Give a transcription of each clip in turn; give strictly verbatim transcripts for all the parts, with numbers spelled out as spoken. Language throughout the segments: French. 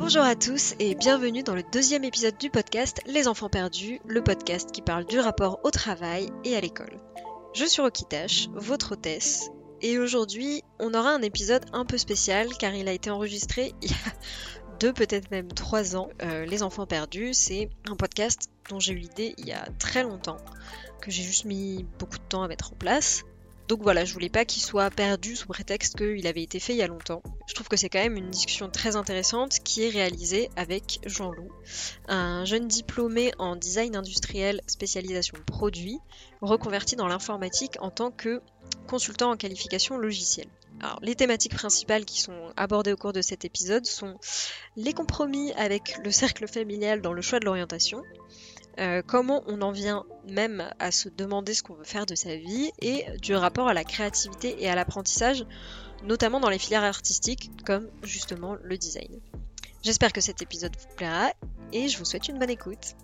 Bonjour à tous et bienvenue dans le deuxième épisode du podcast Les enfants perdus, le podcast qui parle du rapport au travail et à l'école. Je suis Rokitash, votre hôtesse, et aujourd'hui on aura un épisode un peu spécial car il a été enregistré il y a deux, peut-être même trois ans. Euh, Les enfants perdus, c'est un podcast dont j'ai eu l'idée il y a très longtemps, que j'ai juste mis beaucoup de temps à mettre en place. Donc voilà, je voulais pas qu'il soit perdu sous prétexte qu'il avait été fait il y a longtemps. Je trouve que c'est quand même une discussion très intéressante qui est réalisée avec Jean-Loup, un jeune diplômé en design industriel spécialisation produit, reconverti dans l'informatique en tant que consultant en qualification logicielle. Alors, les thématiques principales qui sont abordées au cours de cet épisode sont les compromis avec le cercle familial dans le choix de l'orientation, Euh, comment on en vient même à se demander ce qu'on veut faire de sa vie et du rapport à la créativité et à l'apprentissage, notamment dans les filières artistiques comme justement le design. J'espère que cet épisode vous plaira et je vous souhaite une bonne écoute.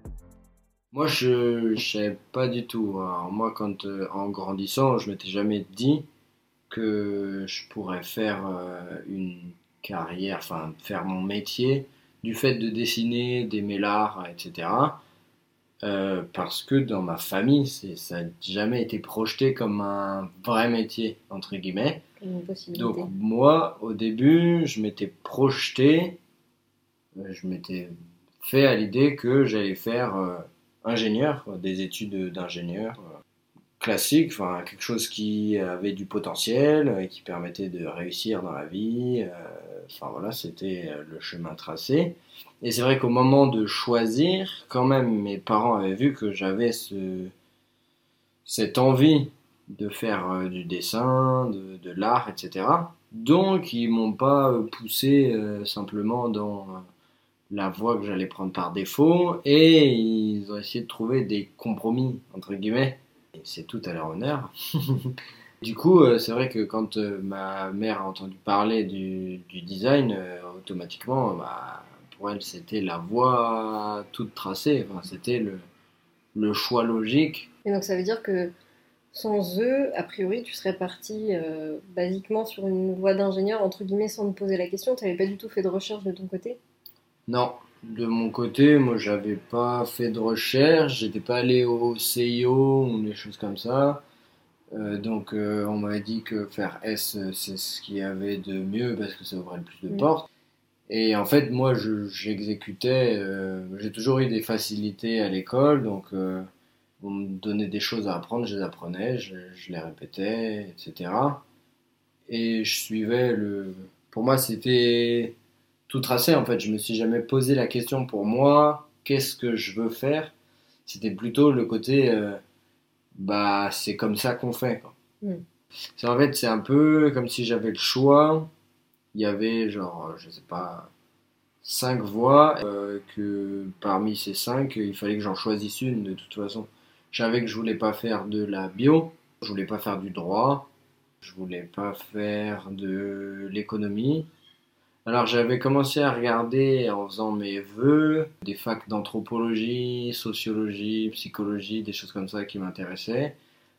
Moi, je ne savais pas du tout. Alors, moi, quand euh, en grandissant, je m'étais jamais dit que je pourrais faire euh, une carrière, enfin faire mon métier du fait de dessiner, d'aimer l'art, et cetera. Euh, parce que dans ma famille, c'est, ça n'a jamais été projeté comme un vrai métier, entre guillemets. Une possibilité. Donc moi, au début, je m'étais projeté, euh, je m'étais fait à l'idée que j'allais faire euh, ingénieur, quoi, des études d'ingénieur euh, classiques, enfin quelque chose qui avait du potentiel et qui permettait de réussir dans la vie. euh, Enfin voilà, c'était euh, le chemin tracé. Et c'est vrai qu'au moment de choisir, quand même, mes parents avaient vu que j'avais ce, cette envie de faire euh, du dessin, de, de l'art, et cetera. Donc, ils m'ont pas euh, poussé euh, simplement dans euh, la voie que j'allais prendre par défaut, et ils ont essayé de trouver des compromis, entre guillemets. Et c'est tout à leur honneur. Du coup, euh, c'est vrai que quand euh, ma mère a entendu parler du, du design, euh, automatiquement, bah, pour elle, c'était la voie toute tracée. Enfin, c'était le, le choix logique. Et donc ça veut dire que sans eux, a priori, tu serais parti euh, basiquement sur une voie d'ingénieur, entre guillemets, sans te poser la question. Tu n'avais pas du tout fait de recherche de ton côté? Non, de mon côté, moi, j'avais pas fait de recherche. J'étais pas allé au C I O ou des choses comme ça. Euh, donc, euh, on m'avait dit que faire S, euh, c'est ce qu'il y avait de mieux parce que ça ouvrait le plus de Mm. portes. Et en fait, moi, je, j'exécutais, euh, j'ai toujours eu des facilités à l'école, donc euh, on me donnait des choses à apprendre, je les apprenais, je, je les répétais, et cetera. Et je suivais le... Pour moi, c'était tout tracé, en fait. Je me suis jamais posé la question pour moi, qu'est-ce que je veux faire? C'était plutôt le côté, euh, bah, c'est comme ça qu'on fait, quoi. Mm. C'est, en fait, c'est un peu comme si j'avais le choix. Il y avait, genre, je sais pas, cinq voies, euh, que parmi ces cinq, il fallait que j'en choisisse une de toute façon. Je savais que je voulais pas faire de la bio, je voulais pas faire du droit, je voulais pas faire de l'économie. Alors j'avais commencé à regarder en faisant mes vœux des facs d'anthropologie, sociologie, psychologie, des choses comme ça qui m'intéressaient.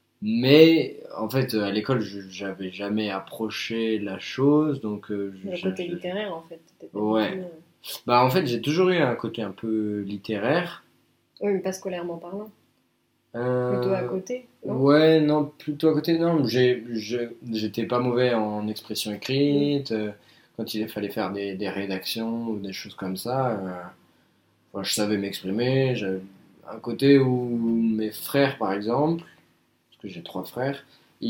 Mais en fait, à l'école, je j'avais jamais approché la chose, donc euh, Le je- côté je- littéraire, en fait. T'étais pas Ouais. du tout, Bah en fait, j'ai toujours eu un côté un peu littéraire. euh, Oui, mais pas scolairement parlant. Euh, Plutôt à côté, non? Ouais, non, plutôt à côté. Non, j'ai, je- j'étais pas mauvais en expression écrite. euh, Quand il fallait faire des, des rédactions ou des choses comme ça, euh, enfin, je savais m'exprimer. J'avais un côté où mes frères, par exemple, parce que j'ai trois frères,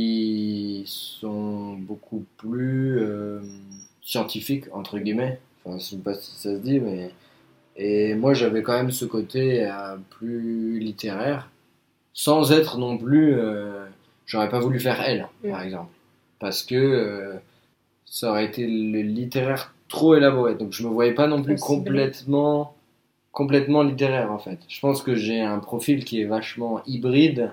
ils sont beaucoup plus euh, scientifiques, entre guillemets. Enfin, je sais pas si ça se dit, mais... Et moi, j'avais quand même ce côté euh, plus littéraire, sans être non plus... euh, j'aurais pas voulu faire elle, par Mm. exemple. Parce que euh, ça aurait été le littéraire trop élaboré. Donc je me voyais pas non plus Trop ciblé. complètement, complètement littéraire, en fait. Je pense que j'ai un profil qui est vachement hybride.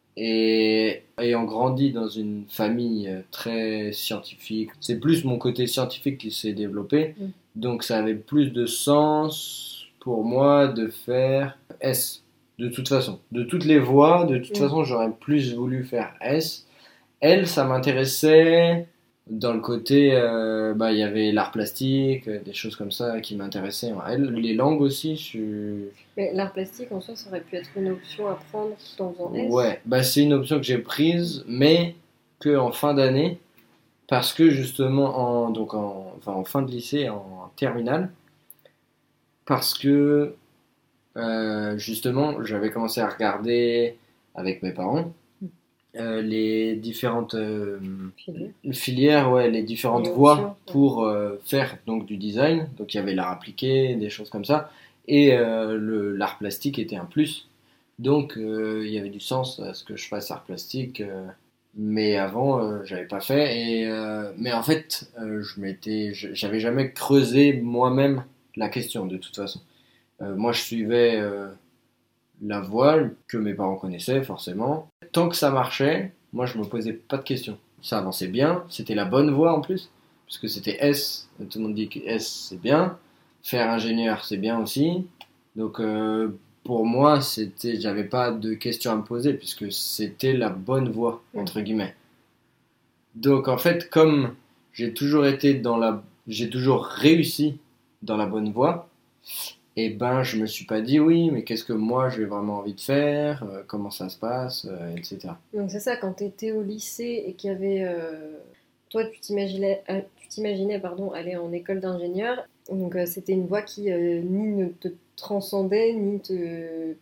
Et ayant grandi dans une famille euh, très scientifique, c'est plus mon côté scientifique qui s'est développé. Mm. Donc ça avait plus de sens pour moi de faire S. De toute façon, de toutes les voies, de toute Mm. façon, j'aurais plus voulu faire S. L, ça m'intéressait Dans le côté, euh, bah, il y avait l'art plastique, euh, des choses comme ça qui m'intéressaient. Ouais, les langues aussi, je suis... Mais l'art plastique en soi, ça aurait pu être une option à prendre tout en faisant S. Ouais, bah, c'est une option que j'ai prise, mais que en fin d'année, parce que justement, en, donc en, enfin, en fin de lycée, en terminale, parce que euh, justement, j'avais commencé à regarder avec mes parents euh, les différentes euh, Filière. filières, ouais, les différentes Les voies options, ouais. pour euh, faire donc du design. Donc il y avait l'art appliqué, des choses comme ça, et euh, le, l'art plastique était un plus. Donc euh, il y avait du sens à ce que je fasse art plastique, euh, mais avant euh, j'avais pas fait. Et euh, mais en fait, euh, je m'étais, je- j'avais jamais creusé moi-même la question de toute façon. Euh, moi je suivais euh, la voile que mes parents connaissaient forcément. Tant que ça marchait, moi je me posais pas de questions. Ça avançait bien, c'était la bonne voie en plus, puisque c'était S, tout le monde dit que S c'est bien, faire ingénieur c'est bien aussi. Donc euh, pour moi, c'était, j'avais pas de questions à me poser puisque c'était la bonne voie entre guillemets. Donc en fait, comme j'ai toujours été dans la, j'ai toujours réussi dans la bonne voie, et ben je me suis pas dit oui, mais qu'est-ce que moi j'ai vraiment envie de faire, euh, comment ça se passe, euh, et cetera. Donc c'est ça, quand tu étais au lycée et qu'il y avait... euh, Toi, tu t'imaginais, euh, tu t'imaginais pardon, aller en école d'ingénieur. Donc euh, c'était une voie qui euh, ni ne te transcendait, ni te,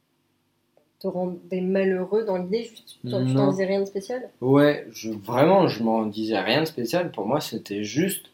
te rendait malheureux dans l'idée. Juste, tu tu t'en Non. disais rien de spécial. Ouais, je, vraiment, je m'en disais rien de spécial. Pour moi, c'était juste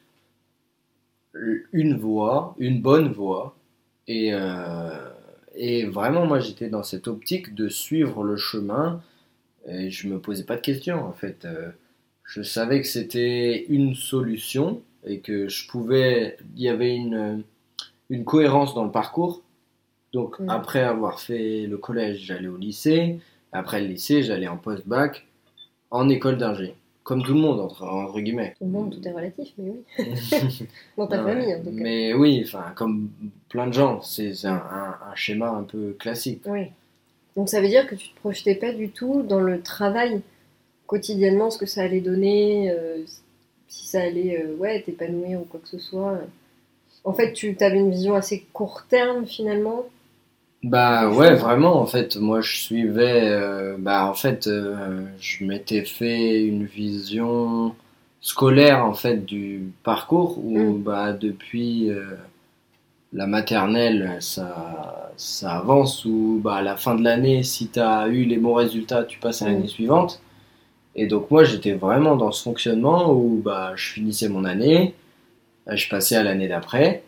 une voie, une bonne voie. Et, euh, et vraiment, moi, j'étais dans cette optique de suivre le chemin. Et je me posais pas de questions, en fait. Euh, je savais que c'était une solution et que je pouvais. Il y avait une, une cohérence dans le parcours. Donc, Mm. après avoir fait le collège, j'allais au lycée. Après le lycée, j'allais en post-bac, en école d'ingé. Comme tout le monde, entre, entre guillemets. Tout le monde, tout est relatif, mais oui. Dans ta Ah ouais. famille, en tout cas. Mais oui, enfin, comme plein de gens, c'est c'est un, un- un schéma un peu classique. Oui. Donc ça veut dire que tu te projetais pas du tout dans le travail quotidiennement, ce que ça allait donner, euh, si ça allait euh, ouais, t'épanouir ou quoi que ce soit. En fait, tu avais une vision assez court terme finalement. Bah Des ouais, choses. vraiment, en fait, moi je suivais, euh, bah en fait, euh, je m'étais fait une vision scolaire en fait du parcours où Mm. bah depuis euh, la maternelle ça ça avance où bah à la fin de l'année si t'as eu les bons résultats tu passes à l'année Mm. suivante et donc moi j'étais vraiment dans ce fonctionnement où bah je finissais mon année, euh, je passais à l'année d'après.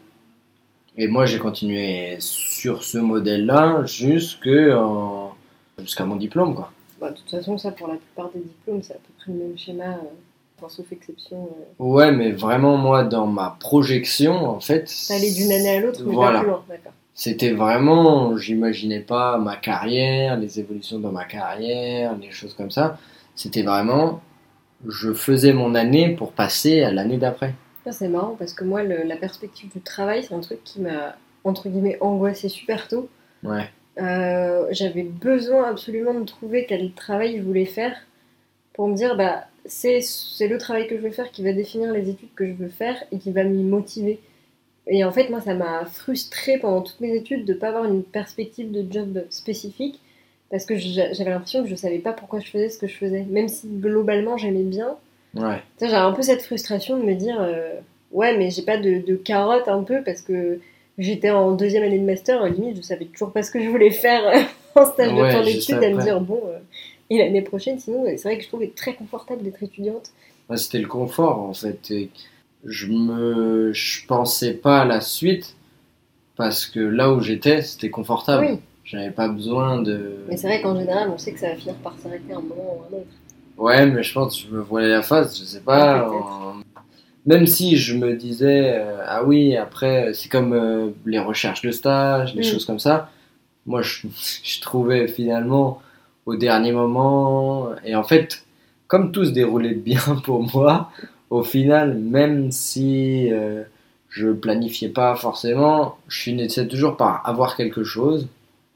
Et moi, j'ai continué sur ce modèle-là jusque en- jusqu'à mon diplôme, quoi. Bah, de toute façon, ça pour la plupart des diplômes, c'est à peu près le même schéma, euh, enfin, sauf exception. euh. Ouais, mais vraiment, moi, dans ma projection, en fait, Ça allait d'une année à l'autre, mais pas voilà. plus loin, d'accord. C'était vraiment, j'imaginais pas ma carrière, les évolutions dans ma carrière, les choses comme ça. C'était vraiment, je faisais mon année pour passer à l'année d'après. Ça, c'est marrant parce que moi, le- la perspective du travail, c'est un truc qui m'a, entre guillemets, angoissée super tôt. Ouais, Euh, j'avais besoin absolument de trouver quel travail je voulais faire pour me dire, bah, c'est, c'est le travail que je veux faire qui va définir les études que je veux faire et qui va m'y motiver. Et en fait, moi, ça m'a frustrée pendant toutes mes études de ne pas avoir une perspective de job spécifique parce que j'a- j'avais l'impression que je savais pas pourquoi je faisais ce que je faisais. Même si globalement j'aimais bien, ouais, tu sais, j'avais un peu cette frustration de me dire, euh, ouais, mais j'ai pas de, de carotte un peu parce que j'étais en deuxième année de master, à la limite, je savais toujours pas ce que je voulais faire euh, en stage de ouais, fin juste d'études, à me après. dire, bon, euh, et l'année prochaine, sinon, c'est vrai que je trouvais très confortable d'être étudiante. Ouais, c'était le confort, en fait. Et je me, je pensais pas à la suite parce que là où j'étais, c'était confortable. Oui, J'avais pas besoin de. mais c'est vrai qu'en général, on sait que ça va finir par s'arrêter à un moment ou à un autre. Ouais, mais je pense que je me voilais la face, je sais Ouais, pas. peut-être. en- Même si je me disais, euh, ah oui, après, c'est comme euh, les recherches de stage, des Mm. choses comme ça. Moi, je, je trouvais finalement au dernier moment. Et en fait, comme tout se déroulait bien pour moi, au final, même si euh, je planifiais pas forcément, je finissais toujours par avoir quelque chose.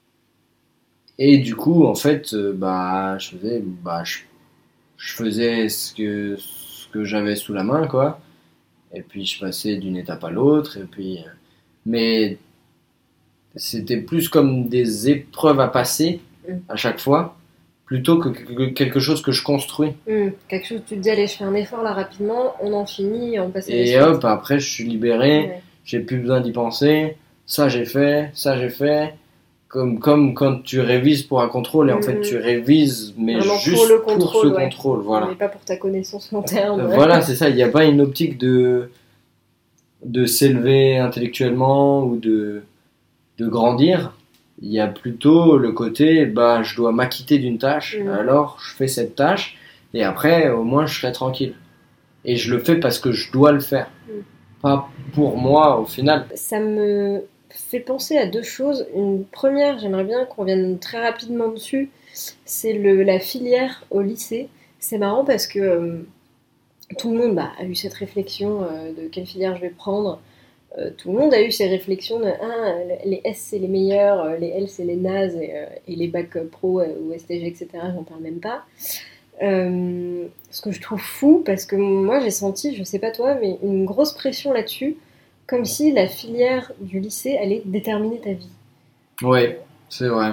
Et du coup, en fait, euh, bah, je faisais, bah, je, je faisais ce que, ce ce que j'avais sous la main, quoi. Et puis je passais d'une étape à l'autre, et puis... Mais c'était plus comme des épreuves à passer Mm. à chaque fois, plutôt que que- quelque chose que je construis. Hum, quelque chose, tu te dis, allez, je fais un effort là rapidement, on en finit et on passe à la Et suite. hop, après je suis libéré, Ouais. j'ai plus besoin d'y penser, ça j'ai fait, ça j'ai fait. Comme, comme quand tu révises pour un contrôle, et en Mm, fait mm. tu révises, mais Vraiment pour juste le pour, contrôle, ce ouais. contrôle, voilà. Mais pas pour ta connaissance long terme. Euh, ouais. Voilà, c'est ça, il n'y a pas une optique de, de s'élever intellectuellement ou de, de grandir. Il y a plutôt le côté, bah, je dois m'acquitter d'une tâche, Mm. alors je fais cette tâche, et après, au moins, je serai tranquille. Et je le fais parce que je dois le faire. Mm. Pas pour moi, au final. Ça me fait penser à deux choses. Une première, j'aimerais bien qu'on revienne très rapidement dessus, c'est le, la filière au lycée. C'est marrant parce que euh, tout le monde bah, a eu cette réflexion euh, de quelle filière je vais prendre. Euh, tout le monde a eu ces réflexions de ah, les S c'est les meilleurs, euh, les L c'est les nazes et, euh, et les bacs euh, pro euh, ou S T G, et cetera. J'en parle même pas. Euh, ce que je trouve fou parce que moi j'ai senti, je sais pas toi, mais une grosse pression là-dessus, comme si la filière du lycée allait déterminer ta vie. Ouais, c'est vrai.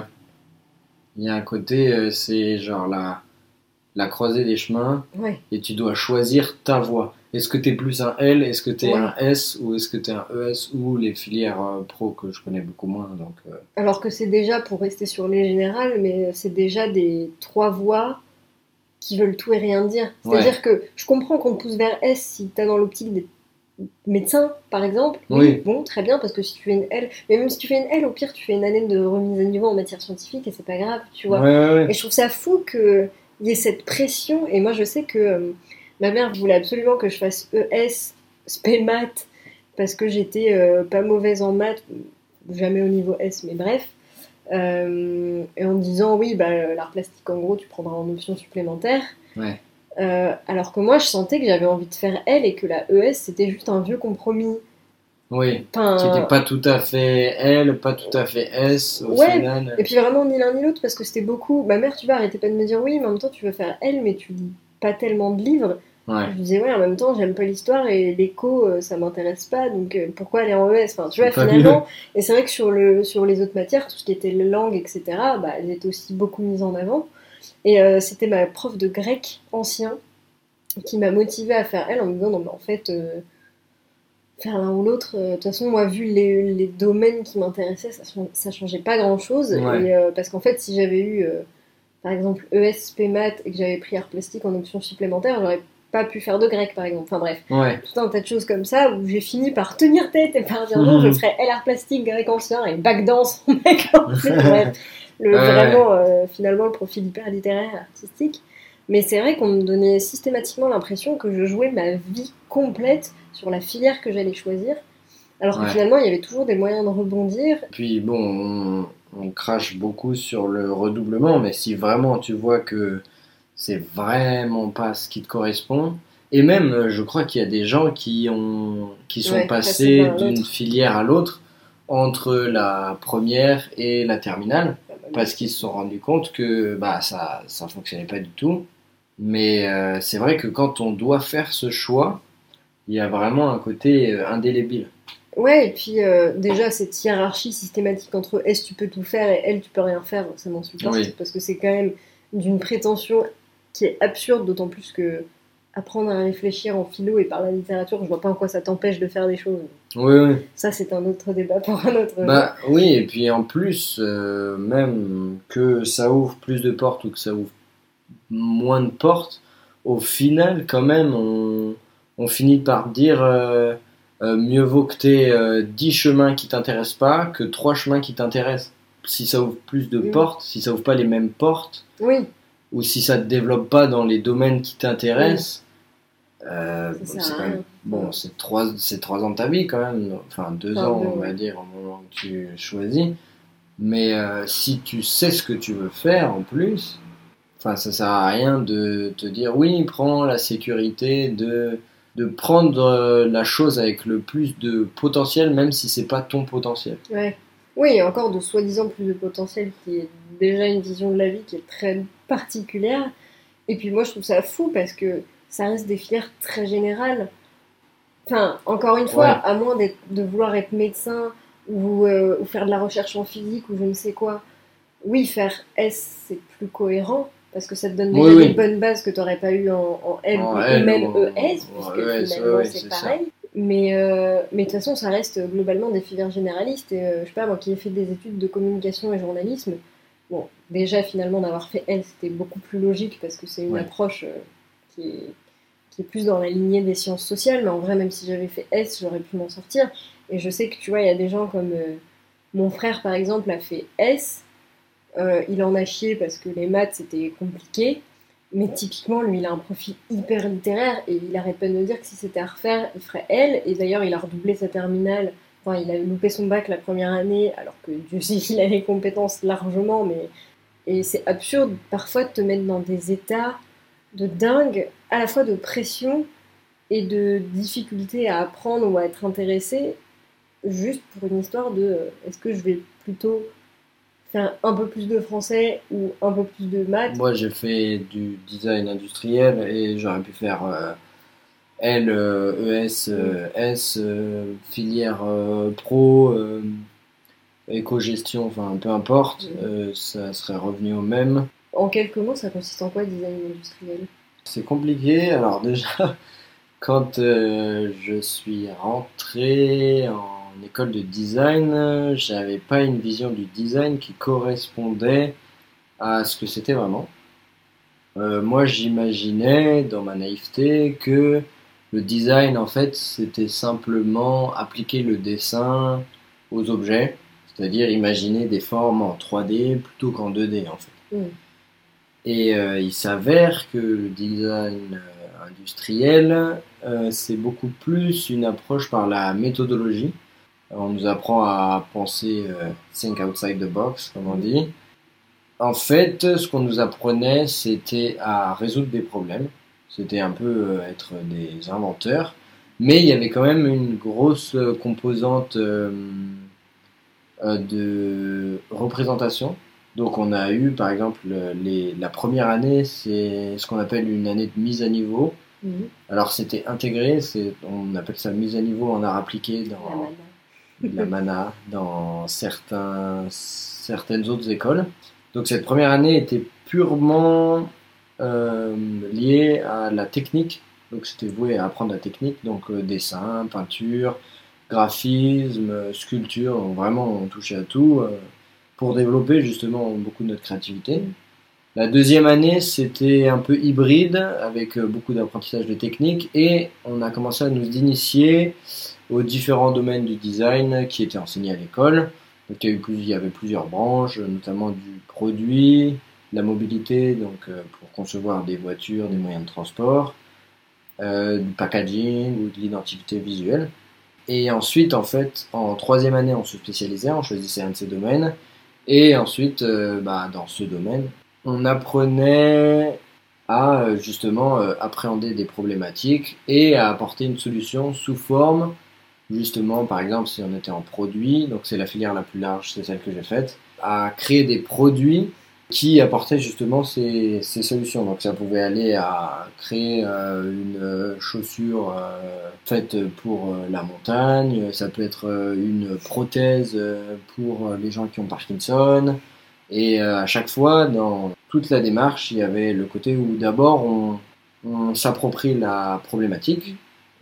Il y a un côté, euh, c'est genre la, la croisée des chemins, Ouais, et tu dois choisir ta voie. Est-ce que t'es plus un L, est-ce que t'es Ouais. un S, ou est-ce que t'es un E S, ou les filières euh, pro que je connais beaucoup moins, donc... euh, alors que c'est déjà, pour rester sur les générales, mais c'est déjà des trois voies qui veulent tout et rien dire. C'est-à-dire Ouais. que je comprends qu'on te pousse vers S si t'as dans l'optique d'être médecin, par exemple. Oui, Oui. bon, très bien, parce que si tu fais une L, mais même si tu fais une L, au pire, tu fais une année de remise à niveau en matière scientifique et c'est pas grave, tu vois. Ouais, ouais, ouais. Et je trouve ça fou qu'il y ait cette pression. Et moi, je sais que euh, ma mère voulait absolument que je fasse E S, spé maths, parce que j'étais euh, pas mauvaise en maths, jamais au niveau S, mais bref. Euh, et en me disant, oui, bah, l'art plastique, en gros, tu prendras en option supplémentaire. Ouais. Euh, alors que moi, je sentais que j'avais envie de faire L et que la E S, c'était juste un vieux compromis. Oui. Enfin, Qui n'était pas tout à fait L, pas tout à fait S, au Ouais. final. Et puis vraiment ni l'un ni l'autre parce que c'était beaucoup. Ma mère, tu vois, arrêtait pas de me dire oui, mais en même temps tu veux faire L, mais tu lis pas tellement de livres. Ouais. Je disais ouais, en même temps j'aime pas l'histoire et l'éco euh, ça m'intéresse pas, donc euh, pourquoi aller en E S? Enfin, tu vois, Pas finalement. Et c'est vrai que sur, le, sur les autres matières, tout ce qui était langue, et cetera, bah, elles étaient aussi beaucoup mises en avant. Et euh, c'était ma prof de grec ancien qui m'a motivée à faire L en me disant non, mais en fait. Euh, faire l'un ou l'autre. Euh, De toute façon, moi, vu les, les domaines qui m'intéressaient, ça, ça changeait pas grand-chose. Ouais. Et, euh, parce qu'en fait, si j'avais eu, euh, par exemple, E S, spé maths et que j'avais pris art plastique en option supplémentaire, j'aurais pas pu faire de grec, par exemple. Enfin bref, Ouais. tout un tas de choses comme ça où j'ai fini par tenir tête et par dire non, Mhm. je ferais L art plastique, grec ancien et bac danse, mec en plus. Bref, le, Ouais, vraiment, euh, finalement, le profil hyper littéraire, artistique. Mais c'est vrai qu'on me donnait systématiquement l'impression que je jouais ma vie complète sur la filière que j'allais choisir, alors que Ouais. finalement il y avait toujours des moyens de rebondir. Puis bon, on, on crache beaucoup sur le redoublement, mais si vraiment tu vois que c'est vraiment pas ce qui te correspond, et même euh, je crois qu'il y a des gens qui, ont, qui sont Ouais, passés passer d'un à d'une l'autre. filière à l'autre entre la première et la terminale, parce qu'ils se sont rendus compte que bah, ça ça fonctionnait pas du tout. Mais euh, c'est vrai que quand on doit faire ce choix, il y a vraiment un côté euh, indélébile. Ouais, et puis euh, déjà cette hiérarchie systématique entre S tu peux tout faire et L tu peux rien faire, ça m'insupporte, Oui. parce que c'est quand même d'une prétention qui est absurde, d'autant plus que apprendre à réfléchir en philo et par la littérature, je vois pas en quoi ça t'empêche de faire des choses. Oui, oui. Ça c'est un autre débat pour un autre jour. Bah oui, et puis en plus, euh, même que ça ouvre plus de portes ou que ça ouvre moins de portes, au final, quand même, on, on finit par dire euh, euh, mieux vaut que tu aies dix chemins qui t'intéressent pas que trois chemins qui t'intéressent. Si ça ouvre plus de Mm. portes, si ça ouvre pas les mêmes portes, Oui, ou si ça te développe pas dans les domaines qui t'intéressent, euh, ça bon, sert c'est à quand rien. même bon, c'est trois, c'est trois ans de ta vie quand même, enfin deux Enfin, ans deux, on va ouais. dire au moment où tu choisis. Mais euh, si tu sais ce que tu veux faire en plus, enfin ça sert à rien de te dire oui, prends la sécurité, de de prendre euh, la chose avec le plus de potentiel, même si c'est pas ton potentiel. Ouais. Oui, et encore de soi-disant plus de potentiel, qui est déjà une vision de la vie qui est très particulière. Et puis moi, je trouve ça fou parce que ça reste des filières très générales. Enfin, encore une fois, Ouais. à moins d'être- de vouloir être médecin ou, euh, ou faire de la recherche en physique ou je ne sais quoi, oui, faire S, c'est plus cohérent parce que ça te donne déjà Oui, oui. des bonnes bases que tu n'aurais pas eues en, en L En ou, ou L même ou- E S, ou en puisque E S, finalement ouais, ouais, c'est c'est ça. pareil. Mais, euh, mais de toute façon, ça reste globalement des filières généralistes. Et euh, je sais pas, moi qui ai fait des études de communication et journalisme, bon, déjà finalement d'avoir fait L, c'était beaucoup plus logique parce que c'est une Ouais. approche euh, qui est qui est plus dans la lignée des sciences sociales, mais en vrai, même si j'avais fait S, j'aurais pu m'en sortir. Et je sais que, tu vois, il y a des gens comme euh, mon frère, par exemple, a fait S, euh, il en a chié parce que les maths, c'était compliqué, mais typiquement, lui, il a un profil hyper littéraire, et il arrête pas de me dire que si c'était à refaire, il ferait L, et d'ailleurs, il a redoublé sa terminale, enfin, il a loupé son bac la première année, alors que Dieu sait qu'il a les compétences largement, mais... Et c'est absurde, parfois, de te mettre dans des états de dingue, à la fois de pression et de difficulté à apprendre ou à être intéressé, juste pour une histoire de euh, est-ce que je vais plutôt faire un peu plus de français ou un peu plus de maths. Moi, j'ai fait du design industriel et j'aurais pu faire euh, L, euh, E S, euh, S, euh, filière euh, pro, euh, éco-gestion, enfin peu importe, Mm. euh, ça serait revenu au même. En quelques mots, ça consiste en quoi, design industriel? C'est compliqué. Alors déjà, quand euh, je suis rentré en école de design, euh, j'avais pas une vision du design qui correspondait à ce que c'était vraiment. Euh, moi, j'imaginais, dans ma naïveté, que le design, en fait, c'était simplement appliquer le dessin aux objets, c'est-à-dire imaginer des formes en trois D plutôt qu'en deux D, en fait. Mm. Et euh, il s'avère que le design euh, industriel, euh, c'est beaucoup plus une approche par la méthodologie. On nous apprend à penser euh, think outside the box, comme on dit. En fait, ce qu'on nous apprenait, c'était à résoudre des problèmes. C'était un peu euh, être des inventeurs. Mais il y avait quand même une grosse euh, composante euh, euh, de représentation. Donc on a eu, par exemple, les, la première année, c'est ce qu'on appelle une année de mise à niveau. Mm. Alors c'était intégré, c'est, on appelle ça mise à niveau en art appliqué La dans mana. la mana dans certains, certaines autres écoles. Donc cette première année était purement euh, liée à la technique. Donc c'était voué à apprendre la technique, donc euh, dessin, peinture, graphisme, euh, sculpture. Donc vraiment on touchait à tout euh, pour développer justement beaucoup de notre créativité. La deuxième année, c'était un peu hybride, avec euh, beaucoup d'apprentissage de technique, et on a commencé à nous initier aux différents domaines du design qui étaient enseignés à l'école. Donc il y, a eu plus, il y avait plusieurs branches, notamment du produit, la mobilité, donc euh, pour concevoir des voitures, des moyens de transport, euh, du packaging ou de l'identité visuelle. Et ensuite, en fait, en troisième année, on se spécialisait, on choisissait un de ces domaines, et ensuite, euh, bah, dans ce domaine, on apprenait à euh, justement euh, appréhender des problématiques et à apporter une solution sous forme, justement, par exemple, si on était en produit, donc c'est la filière la plus large, c'est celle que j'ai faite, à créer des produits qui apportaient justement ces, ces solutions. Donc ça pouvait aller à créer euh, une chaussure euh, faite pour euh, la montagne, ça peut être euh, une prothèse euh, pour les gens qui ont Parkinson. Et euh, à chaque fois, dans toute la démarche, il y avait le côté où d'abord on, on s'approprie la problématique,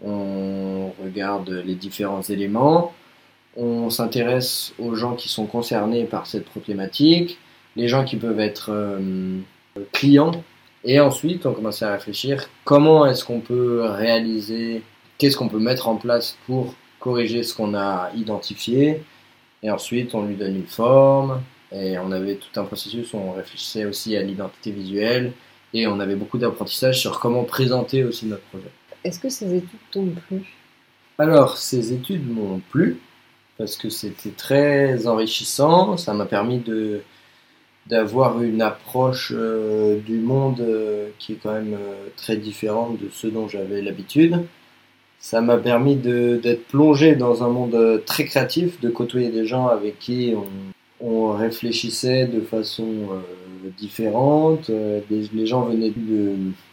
on regarde les différents éléments, on s'intéresse aux gens qui sont concernés par cette problématique, les gens qui peuvent être euh, clients, et ensuite on commence à réfléchir comment est-ce qu'on peut réaliser, qu'est-ce qu'on peut mettre en place pour corriger ce qu'on a identifié, et ensuite on lui donne une forme. Et on avait tout un processus où on réfléchissait aussi à l'identité visuelle et on avait beaucoup d'apprentissage sur comment présenter aussi notre projet. Est-ce que ces études t'ont plu? Alors, ces études m'ont plu parce que c'était très enrichissant. Ça m'a permis de, d'avoir une approche euh, du monde euh, qui est quand même euh, très différente de ce dont j'avais l'habitude. Ça m'a permis de, d'être plongé dans un monde très créatif, de côtoyer des gens avec qui on on réfléchissait de façon euh, différente. Euh, les, les gens venaient de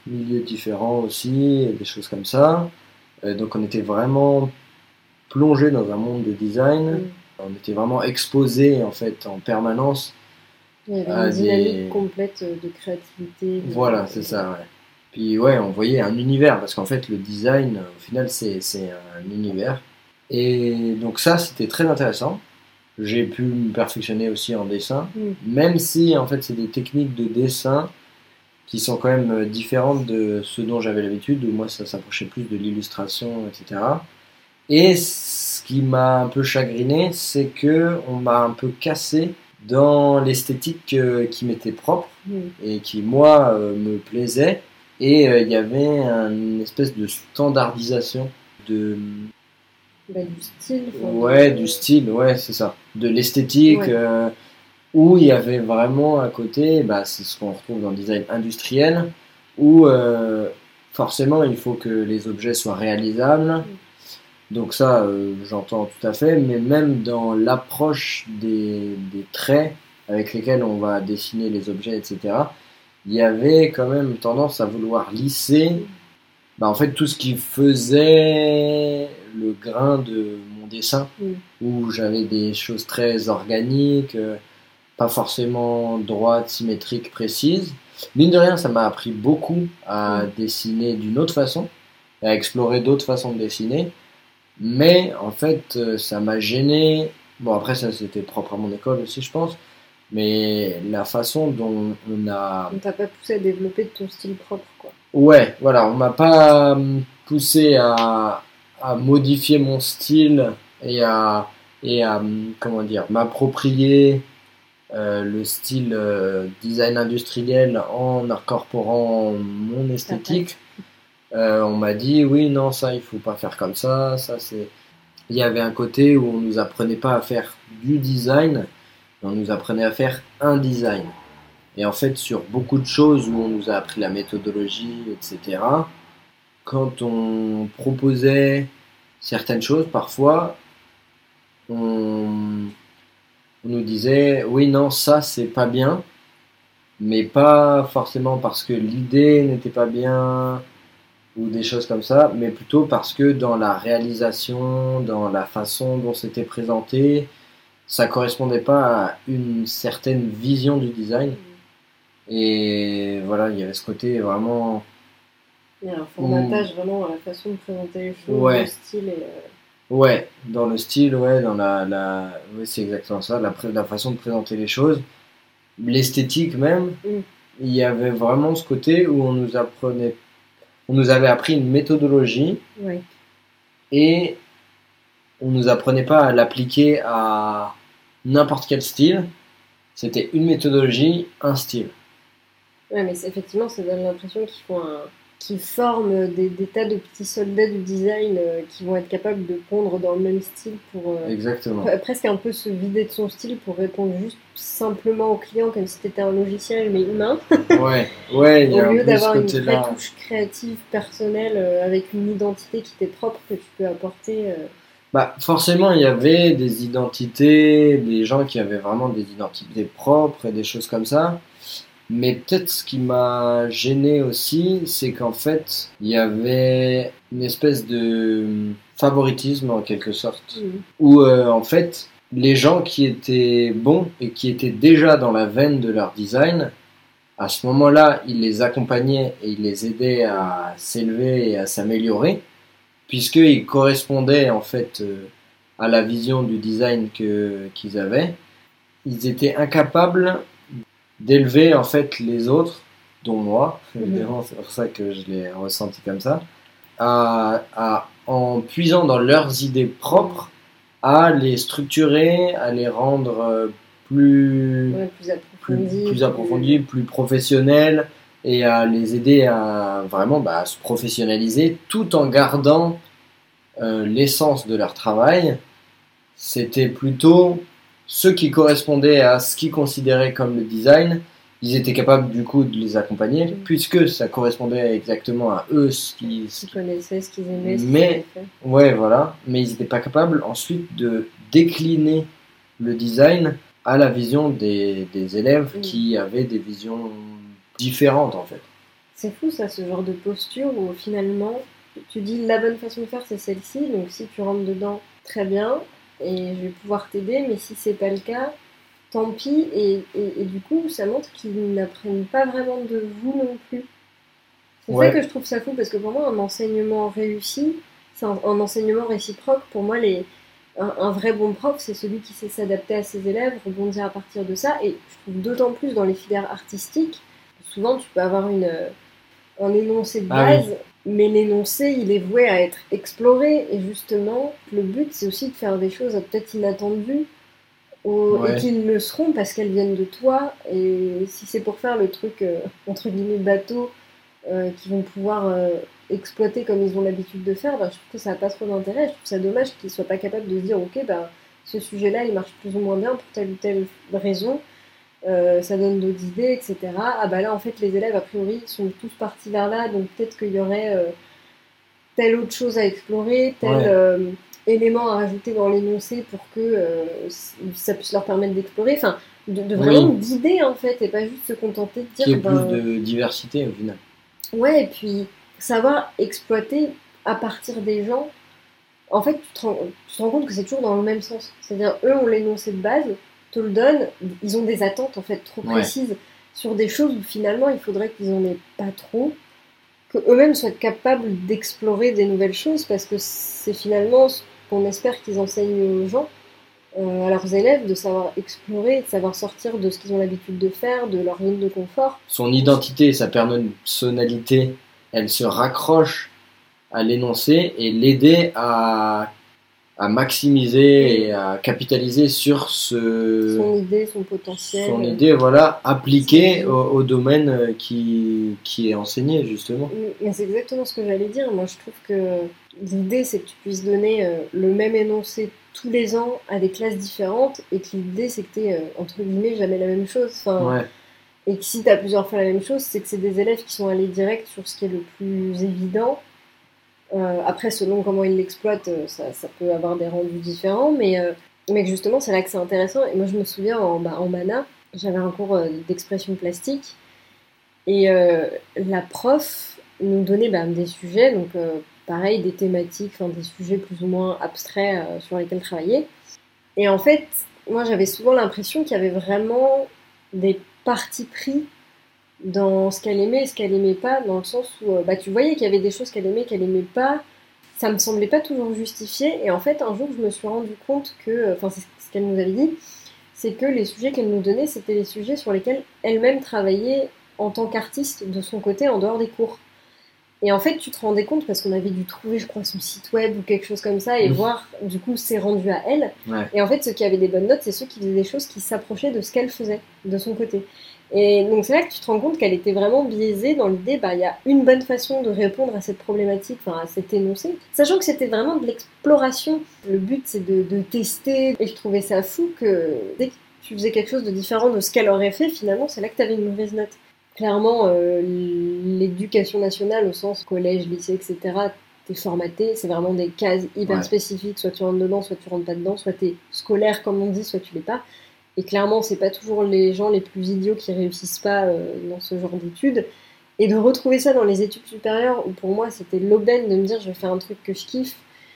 milieux différents aussi, et des choses comme ça. Euh, donc on était vraiment plongé dans un monde de design. Mm. On était vraiment exposé en fait en permanence. Il y avait à une dynamique des... complète de créativité. De... Voilà, c'est ça, ouais. Puis ouais, on voyait un univers, parce qu'en fait le design, au final, c'est, c'est un univers. Et donc ça, c'était très intéressant. J'ai pu me perfectionner aussi en dessin, Mm. même si en fait c'est des techniques de dessin qui sont quand même différentes de ce dont j'avais l'habitude, où moi ça s'approchait plus de l'illustration, et cetera. Et ce qui m'a un peu chagriné, c'est que on m'a un peu cassé dans l'esthétique euh, qui m'était propre Mm. et qui moi euh, me plaisait. Et euh, il y avait un- une espèce de standardisation de Bah, du style. enfin, ouais de- du style, ouais c'est ça, de l'esthétique. Ouais. euh, où il y avait vraiment à côté, bah, c'est ce qu'on retrouve dans le design industriel, où euh, forcément il faut que les objets soient réalisables. Donc ça, euh, j'entends tout à fait, mais même dans l'approche des, des traits avec lesquels on va dessiner les objets, et cetera, il y avait quand même tendance à vouloir lisser bah, en fait, tout ce qui faisait le grain de mon dessin, Mm. où j'avais des choses très organiques, euh, pas forcément droite, symétrique, précise. Mine de rien, ça m'a appris beaucoup à Mm. dessiner d'une autre façon, à explorer d'autres façons de dessiner. Mais en fait, euh, ça m'a gêné. Bon, après, ça c'était propre à mon école aussi, je pense. Mais la façon dont on a. On t'a pas poussé à développer de ton style propre, quoi. Ouais, voilà, on m'a pas hum, poussé à, à modifier mon style et à, et à hum, comment dire, m'approprier euh, le style euh, design industriel en incorporant mon esthétique. Euh, on m'a dit oui, non, ça il faut pas faire comme ça, ça c'est. Il y avait un côté où on nous apprenait pas à faire du design, mais on nous apprenait à faire un design. Et en fait, sur beaucoup de choses où on nous a appris la méthodologie, et cetera, quand on proposait certaines choses, parfois, on, on nous disait oui, non, ça c'est pas bien, mais pas forcément parce que l'idée n'était pas bien ou des choses comme ça, mais plutôt parce que dans la réalisation, dans la façon dont c'était présenté, ça correspondait pas à une certaine vision du design. Et voilà, il y avait ce côté vraiment. Il y a un formatage vraiment à la façon de présenter les choses, Ouais. le style et. euh, Ouais, dans le style, ouais, dans la. la... Ouais, c'est exactement ça, la, pré- la façon de présenter les choses. L'esthétique même, Mm. il y avait vraiment ce côté où on nous apprenait. On nous avait appris une méthodologie Ouais. et on nous apprenait pas à l'appliquer à n'importe quel style. C'était une méthodologie, un style. Ouais, mais c'est- effectivement, ça donne l'impression qu'ils font un... qu'ils forment des, des tas de petits soldats du design euh, qui vont être capables de pondre dans le même style pour euh, Exactement. pre- presque un peu se vider de son style pour répondre juste simplement au client comme si c'était un logiciel mais humain, Ouais, ouais, il y a au un lieu peu ce d'avoir une vraie côté-là. touche créative personnelle euh, avec une identité qui t'est propre que tu peux apporter. euh. Bah, forcément, il y avait des identités, des gens qui avaient vraiment des identités propres et des choses comme ça. Mais peut-être ce qui m'a gêné aussi, c'est qu'en fait, il y avait une espèce de favoritisme en quelque sorte, Mm. où euh, en fait, les gens qui étaient bons et qui étaient déjà dans la veine de leur design, à ce moment-là, ils les accompagnaient et ils les aidaient à s'élever et à s'améliorer, puisqu'ils correspondaient en fait euh, à la vision du design que, qu'ils avaient. Ils étaient incapables d'élever en fait les autres, dont moi, évidemment, c'est pour ça que je l'ai ressenti comme ça, à, à, en puisant dans leurs idées propres, à les structurer, à les rendre euh, plus, Ouais, plus plus, approfondi. plus approfondis, plus professionnels, et à les aider à vraiment bah, à se professionnaliser tout en gardant euh, l'essence de leur travail. C'était plutôt ceux qui correspondaient à ce qu'ils considéraient comme le design, ils étaient capables du coup de les accompagner, Mm. puisque ça correspondait exactement à eux ce qui, ce Ils qui- connaissaient ce qu'ils aimaient, ce qu'ils Mais- avaient fait. Ouais, voilà, mais ils n'étaient pas capables ensuite de décliner le design à la vision des, des élèves Mm. qui avaient des visions différentes en fait. C'est fou ça, ce genre de posture où finalement tu dis la bonne façon de faire c'est celle-ci, donc si tu rentres dedans, très bien, et je vais pouvoir t'aider, mais si c'est pas le cas, tant pis, et, et, et du coup ça montre qu'ils n'apprennent pas vraiment de vous non plus. C'est Ouais. ça que je trouve ça fou, parce que pour moi un enseignement réussi, c'est un, un enseignement réciproque. Pour moi les, un, un vrai bon prof c'est celui qui sait s'adapter à ses élèves, rebondir à partir de ça, et je trouve d'autant plus dans les filières artistiques, souvent tu peux avoir une... un énoncé de Ah base, oui. mais l'énoncé, il est voué à être exploré, et justement, le but, c'est aussi de faire des choses peut-être inattendues, au- et Ouais. qu'ils le seront parce qu'elles viennent de toi, et si c'est pour faire le truc, euh, entre guillemets, bateau, euh, qu'ils vont pouvoir euh, exploiter comme ils ont l'habitude de faire, bah, je trouve que ça n'a pas trop d'intérêt. Je trouve ça dommage qu'ils soient pas capables de se dire, ok, bah, ce sujet-là, il marche plus ou moins bien pour telle ou telle raison, euh, ça donne d'autres idées, et cetera. Ah bah là, en fait, les élèves, a priori, sont tous partis vers là, donc peut-être qu'il y aurait euh, telle autre chose à explorer, tel Ouais. euh, élément à rajouter dans l'énoncé pour que euh, ça puisse leur permettre d'explorer. Enfin, de, de vraiment Oui. d'idées, en fait, et pas juste se contenter de dire, Qu'il y ait ben, plus de diversité au final. ouais, et puis savoir exploiter à partir des gens. En fait, tu te rends, tu te rends compte que c'est toujours dans le même sens. C'est-à-dire, eux ont l'énoncé de base, te le donnent, ils ont des attentes en fait trop Ouais. précises sur des choses où finalement il faudrait qu'ils en aient pas trop, que eux-mêmes soient capables d'explorer des nouvelles choses, parce que c'est finalement ce qu'on espère qu'ils enseignent aux gens, euh, à leurs élèves, de savoir explorer, de savoir sortir de ce qu'ils ont l'habitude de faire, de leur zone de confort. Son identité, sa personnalité, elle se raccroche à l'énoncé et l'aider à, à maximiser et à capitaliser sur ce, Son idée, son potentiel. son idée, voilà, appliquée Son- au, au domaine euh, qui, qui est enseigné, justement. Mais c'est exactement ce que j'allais dire. Moi, je trouve que l'idée, c'est que tu puisses donner euh, le même énoncé tous les ans à des classes différentes, et que l'idée, c'est que tu aies, entre guillemets, jamais la même chose. Enfin, Ouais, et que si tu as plusieurs fois la même chose, c'est que c'est des élèves qui sont allés direct sur ce qui est le plus évident. Euh, après, selon comment ils l'exploitent, euh, ça, ça peut avoir des rendus différents, mais, euh, mais que justement, c'est là que c'est intéressant. Et moi, je me souviens, en, bah, en mana, j'avais un cours euh, d'expression plastique, et euh, la prof nous donnait bah, des sujets, donc euh, pareil, des thématiques, enfin, des sujets plus ou moins abstraits euh, sur lesquels travailler. Et en fait, moi, j'avais souvent l'impression qu'il y avait vraiment des partis pris dans ce qu'elle aimait et ce qu'elle aimait pas, dans le sens où euh, bah, tu voyais qu'il y avait des choses qu'elle aimait, qu'elle aimait pas. Ça me semblait pas toujours justifié. Et en fait, un jour, je me suis rendu compte que, enfin, c'est ce qu'elle nous avait dit, c'est que les sujets qu'elle nous donnait, c'était les sujets sur lesquels elle-même travaillait en tant qu'artiste de son côté, en dehors des cours. Et en fait, tu te rendais compte, parce qu'on avait dû trouver, je crois, son site web ou quelque chose comme ça, et Mmh. voir, du coup, ses rendus à elle. ouais. Et en fait, ceux qui avaient des bonnes notes, c'est ceux qui faisaient des choses qui s'approchaient de ce qu'elle faisait, de son côté. Et donc, c'est là que tu te rends compte qu'elle était vraiment biaisée dans l'idée, bah, il y a une bonne façon de répondre à cette problématique, enfin, à cet énoncé. Sachant que c'était vraiment de l'exploration. Le but, c'est de, de tester. Et je trouvais ça fou que dès que tu faisais quelque chose de différent de ce qu'elle aurait fait, finalement, c'est là que tu avais une mauvaise note. Clairement, euh, l'éducation nationale, au sens collège, lycée, et cetera, t'es formaté, c'est vraiment des cases hyper Ouais. spécifiques, soit tu rentres dedans, soit tu rentres pas dedans, soit t'es scolaire comme on dit, soit tu l'es pas. Et clairement, c'est pas toujours les gens les plus idiots qui réussissent pas euh, dans ce genre d'études. Et de retrouver ça dans les études supérieures, où pour moi c'était l'aubaine de me dire je vais faire un truc que je kiffe,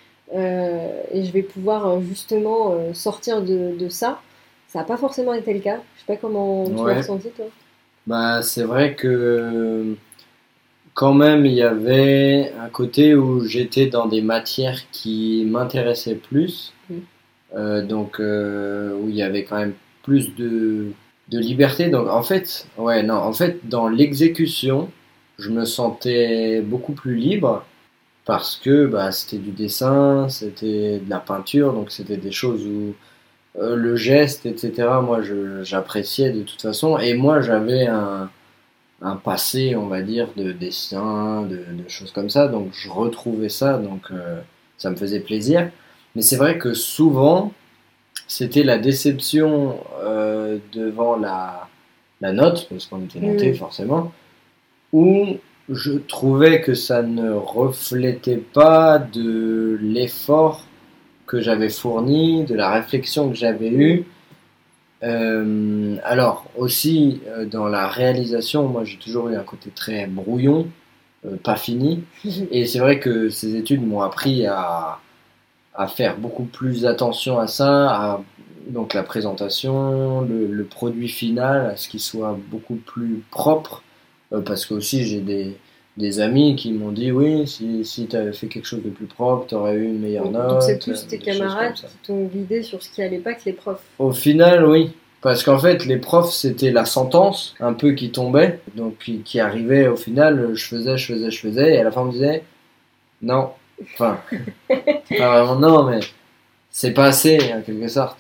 euh, et je vais pouvoir euh, justement euh, sortir de, de ça, ça n'a pas forcément été le cas. Je sais pas comment tu l'as Ouais. ressenti toi. Bah, c'est vrai que quand même, il y avait un côté où j'étais dans des matières qui m'intéressaient plus, Mm. euh, donc euh, où il y avait quand même plus de, de liberté. Donc en fait, ouais, non, en fait, dans l'exécution, je me sentais beaucoup plus libre parce que bah, c'était du dessin, c'était de la peinture, donc c'était des choses où euh, le geste, et cetera, moi, je, j'appréciais de toute façon. Et moi, j'avais un, un passé, on va dire, de dessin, de, de choses comme ça. Donc, je retrouvais ça, donc euh, ça me faisait plaisir. Mais c'est vrai que souvent, c'était la déception euh, devant la, la note, parce qu'on était noté Mm. forcément, où je trouvais que ça ne reflétait pas de l'effort que j'avais fourni, de la réflexion que j'avais eue. Euh, alors aussi euh, dans la réalisation, moi j'ai toujours eu un côté très brouillon, euh, pas fini. Et c'est vrai que ces études m'ont appris à, à faire beaucoup plus attention à ça, à donc la présentation, le, le produit final, à ce qu'il soit beaucoup plus propre. Euh, parce que aussi j'ai des, des amis qui m'ont dit oui, si, si tu avais fait quelque chose de plus propre, tu aurais eu une meilleure note. Donc c'est plus tes des choses camarades comme ça. qui t'ont guidé sur ce qui allait pas que les profs. Au final, oui. Parce qu'en fait, les profs, c'était la sentence un peu qui tombait, donc qui, qui arrivait au final, je faisais, je faisais, je faisais, et à la fin on me disait non. Enfin, pas vraiment non, mais c'est pas assez, en quelque sorte.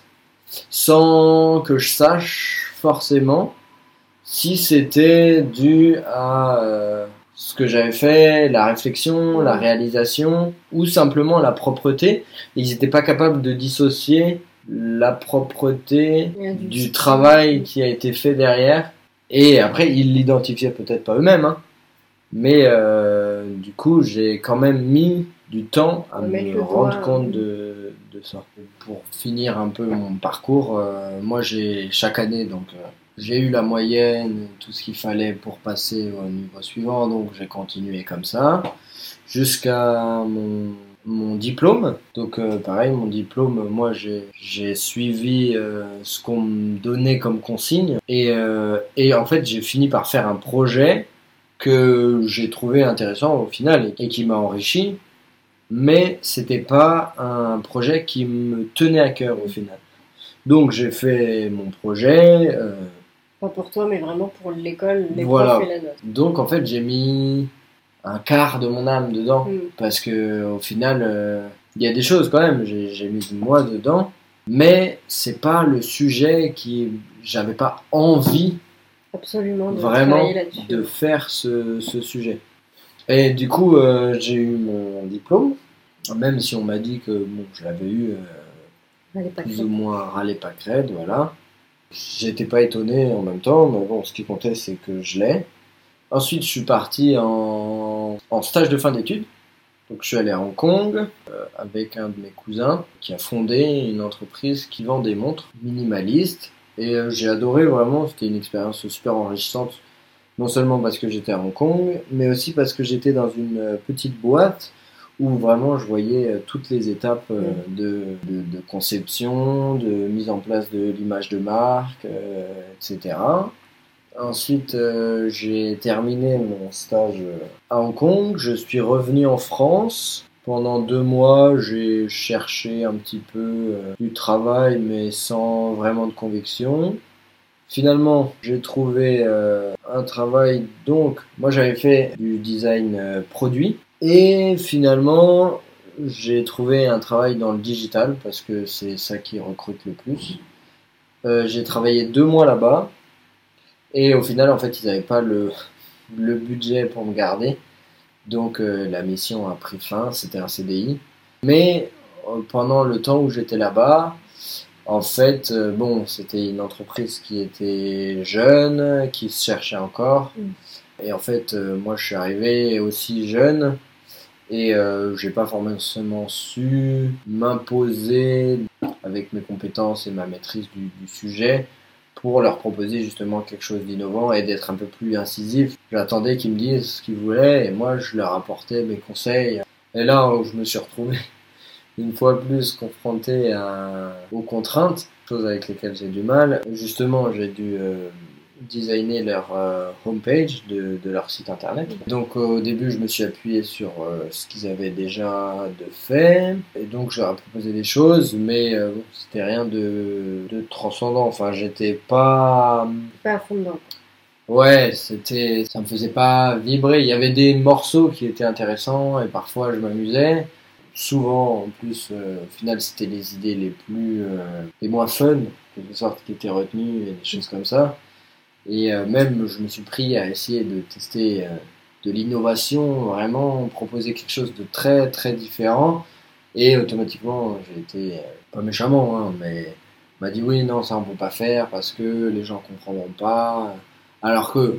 Sans que je sache forcément si c'était dû à euh, ce que j'avais fait, la réflexion, la réalisation, ou simplement la propreté. Ils n'étaient pas capables de dissocier la propreté du, du travail qui a été fait derrière. Et après, ils l'identifiaient peut-être pas eux-mêmes, hein. Mais euh, du coup, j'ai quand même mis du temps à me rendre compte de, de ça. Pour finir un peu mon parcours, euh, moi j'ai chaque année donc euh, j'ai eu la moyenne, tout ce qu'il fallait pour passer au niveau suivant, donc j'ai continué comme ça jusqu'à mon, mon diplôme. Donc euh, pareil, mon diplôme, moi j'ai, j'ai suivi euh, ce qu'on me donnait comme consigne et, euh, et en fait j'ai fini par faire un projet que j'ai trouvé intéressant au final et qui m'a enrichi, mais c'était pas un projet qui me tenait à cœur au final. Donc j'ai fait mon projet. Euh, pas pour toi, mais vraiment pour l'école, les voilà. profs et la note. Donc en fait j'ai mis un quart de mon âme dedans, mm. parce que au final il euh, y a des choses quand même, j'ai, j'ai mis de moi dedans, mais c'est pas le sujet qui j'avais pas envie absolument de vraiment là-dessus. de faire ce, ce sujet. Et du coup, euh, j'ai eu mon diplôme, même si on m'a dit que bon, je l'avais eu euh, plus ou moins râlé pas crête, voilà. J'étais pas étonné en même temps, mais bon, ce qui comptait, c'est que je l'ai. Ensuite, je suis parti en, en stage de fin d'études. Donc, je suis allé à Hong Kong euh, avec un de mes cousins qui a fondé une entreprise qui vend des montres minimalistes. Et euh, j'ai adoré vraiment, c'était une expérience super enrichissante, non seulement parce que j'étais à Hong Kong, mais aussi parce que j'étais dans une euh, petite boîte où vraiment je voyais euh, toutes les étapes euh, de, de, de conception, de mise en place de l'image de marque, euh, et cetera. Ensuite, euh, j'ai terminé mon stage à Hong Kong, je suis revenu en France. Pendant deux mois, j'ai cherché un petit peu euh, du travail, mais sans vraiment de conviction. Finalement, j'ai trouvé euh, un travail, donc moi j'avais fait du design euh, produit. Et finalement, j'ai trouvé un travail dans le digital, parce que c'est ça qui recrute le plus. Euh, j'ai travaillé deux mois là-bas. Et au final, en fait, ils n'avaient pas le, le budget pour me garder. Donc euh, la mission a pris fin, c'était un C D I. Mais euh, pendant le temps où j'étais là-bas, en fait, euh, bon, c'était une entreprise qui était jeune, qui se cherchait encore. Mm. Et en fait, euh, moi, je suis arrivé aussi jeune. Et euh, j'ai pas forcément su m'imposer avec mes compétences et ma maîtrise du, du sujet pour leur proposer justement quelque chose d'innovant et d'être un peu plus incisif. J'attendais qu'ils me disent ce qu'ils voulaient et moi je leur apportais mes conseils. Et là où je me suis retrouvé une fois plus confronté à, aux contraintes, choses avec lesquelles j'ai du mal. Justement, j'ai dû euh, designer leur euh, homepage de, de leur site internet. Donc au début, je me suis appuyé sur euh, ce qu'ils avaient déjà de fait. Et donc je leur ai proposé des choses, mais euh, bon, c'était rien de, de transcendant. Enfin, j'étais pas... Pas à fond dedans. Ouais, c'était, ça me faisait pas vibrer. Il y avait des morceaux qui étaient intéressants et parfois je m'amusais. Souvent, en plus, euh, au final, c'était les idées les plus, euh, les moins fun, en quelque sorte, qui étaient retenues et des choses comme ça. Et euh, même, je me suis pris à essayer de tester euh, de l'innovation, vraiment proposer quelque chose de très très différent. Et automatiquement, j'ai été, euh, pas méchamment, hein, mais on m'a dit oui, non, ça on peut pas faire parce que les gens comprendront pas. Alors que,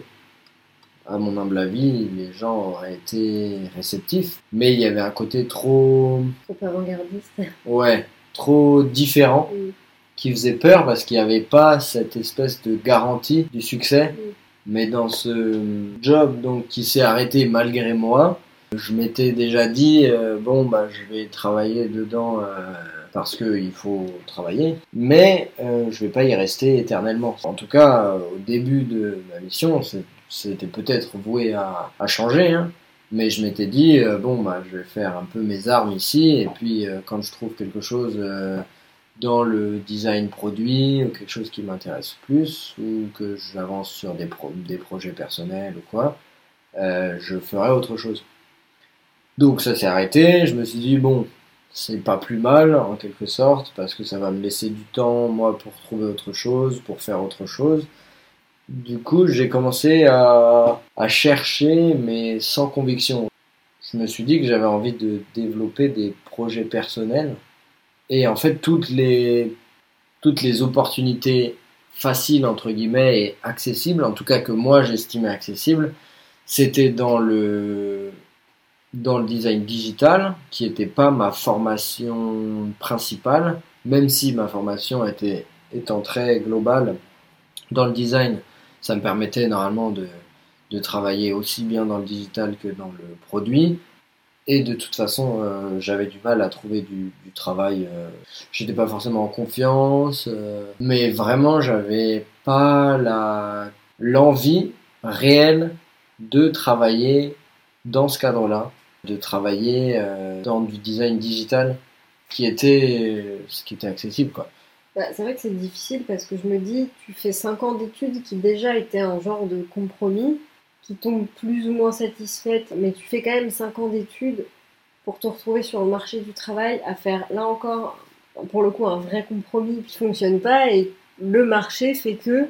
à mon humble avis, les gens auraient été réceptifs, mais il y avait un côté trop... Trop avant-gardiste. Ouais, trop différent. Oui. qui faisait peur parce qu'il n'y avait pas cette espèce de garantie du succès. Mm. Mais dans ce job donc, qui s'est arrêté malgré moi, je m'étais déjà dit, euh, bon, bah, je vais travailler dedans euh, parce qu'il faut travailler, mais euh, je vais pas y rester éternellement. En tout cas, euh, au début de ma mission, c'est, c'était peut-être voué à, à changer, hein, mais je m'étais dit, euh, bon, bah, je vais faire un peu mes armes ici, et puis euh, quand je trouve quelque chose euh, dans le design produit, ou quelque chose qui m'intéresse plus, ou que j'avance sur des, pro- des projets personnels ou quoi, euh, je ferai autre chose. Donc ça s'est arrêté, je me suis dit bon, c'est pas plus mal en quelque sorte, parce que ça va me laisser du temps moi pour trouver autre chose, pour faire autre chose. Du coup j'ai commencé à, à chercher mais sans conviction. Je me suis dit que j'avais envie de développer des projets personnels et en fait toutes les, toutes les opportunités faciles entre guillemets et accessibles, en tout cas que moi j'estimais accessibles, c'était dans le dans le design digital, qui n'était pas ma formation principale, même si ma formation était, étant très globale dans le design, ça me permettait normalement de, de travailler aussi bien dans le digital que dans le produit. Et de toute façon, euh, j'avais du mal à trouver du, du travail. Euh, j'étais pas forcément en confiance, euh, mais vraiment, j'avais pas la, l'envie réelle de travailler dans ce cadre-là, de travailler euh, dans du design digital qui était euh, ce qui était accessible, quoi. Bah, c'est vrai que c'est difficile parce que je me dis, tu fais cinq ans d'études qui déjà étaient un genre de compromis, qui t'ont plus ou moins satisfaite, mais tu fais quand même cinq ans d'études pour te retrouver sur le marché du travail à faire, là encore, pour le coup, un vrai compromis qui fonctionne pas, et le marché fait que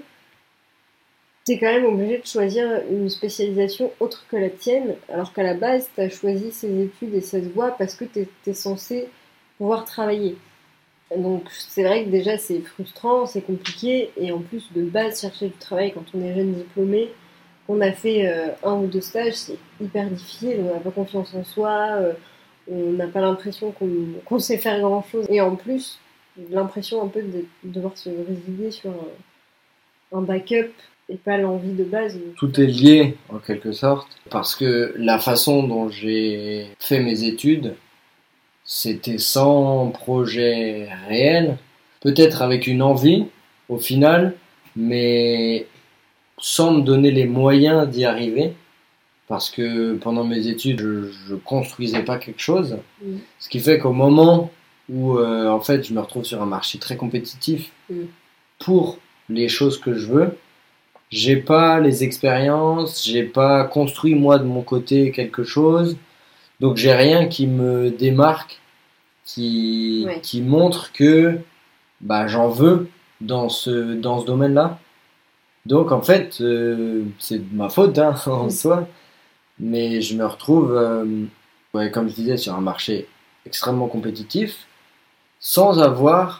t'es quand même obligé de choisir une spécialisation autre que la tienne, alors qu'à la base, t'as choisi ces études et cette voie parce que t'es, t'es censé pouvoir travailler. Donc c'est vrai que déjà c'est frustrant, c'est compliqué, et en plus de base chercher du travail quand on est jeune diplômé, qu'on a fait euh, un ou deux stages, c'est hyper difficile, on n'a pas confiance en soi, euh, on n'a pas l'impression qu'on, qu'on sait faire grand chose, et en plus l'impression un peu de, de devoir se résigner sur un, un backup et pas l'envie de base. Tout est lié en quelque sorte, parce que la façon dont j'ai fait mes études, c'était sans projet réel, peut-être avec une envie au final, mais sans me donner les moyens d'y arriver, parce que pendant mes études, je, je construisais pas quelque chose, Mm. ce qui fait qu'au moment où euh, en fait je me retrouve sur un marché très compétitif Mm. pour les choses que je veux, j'ai pas les expériences, j'ai pas construit moi de mon côté quelque chose, donc j'ai rien qui me démarque, qui, Ouais. qui montre que bah, j'en veux dans ce, dans ce domaine-là. Donc en fait, euh, c'est de ma faute hein, en Mm. soi, mais je me retrouve, euh, ouais, comme je disais, sur un marché extrêmement compétitif, sans avoir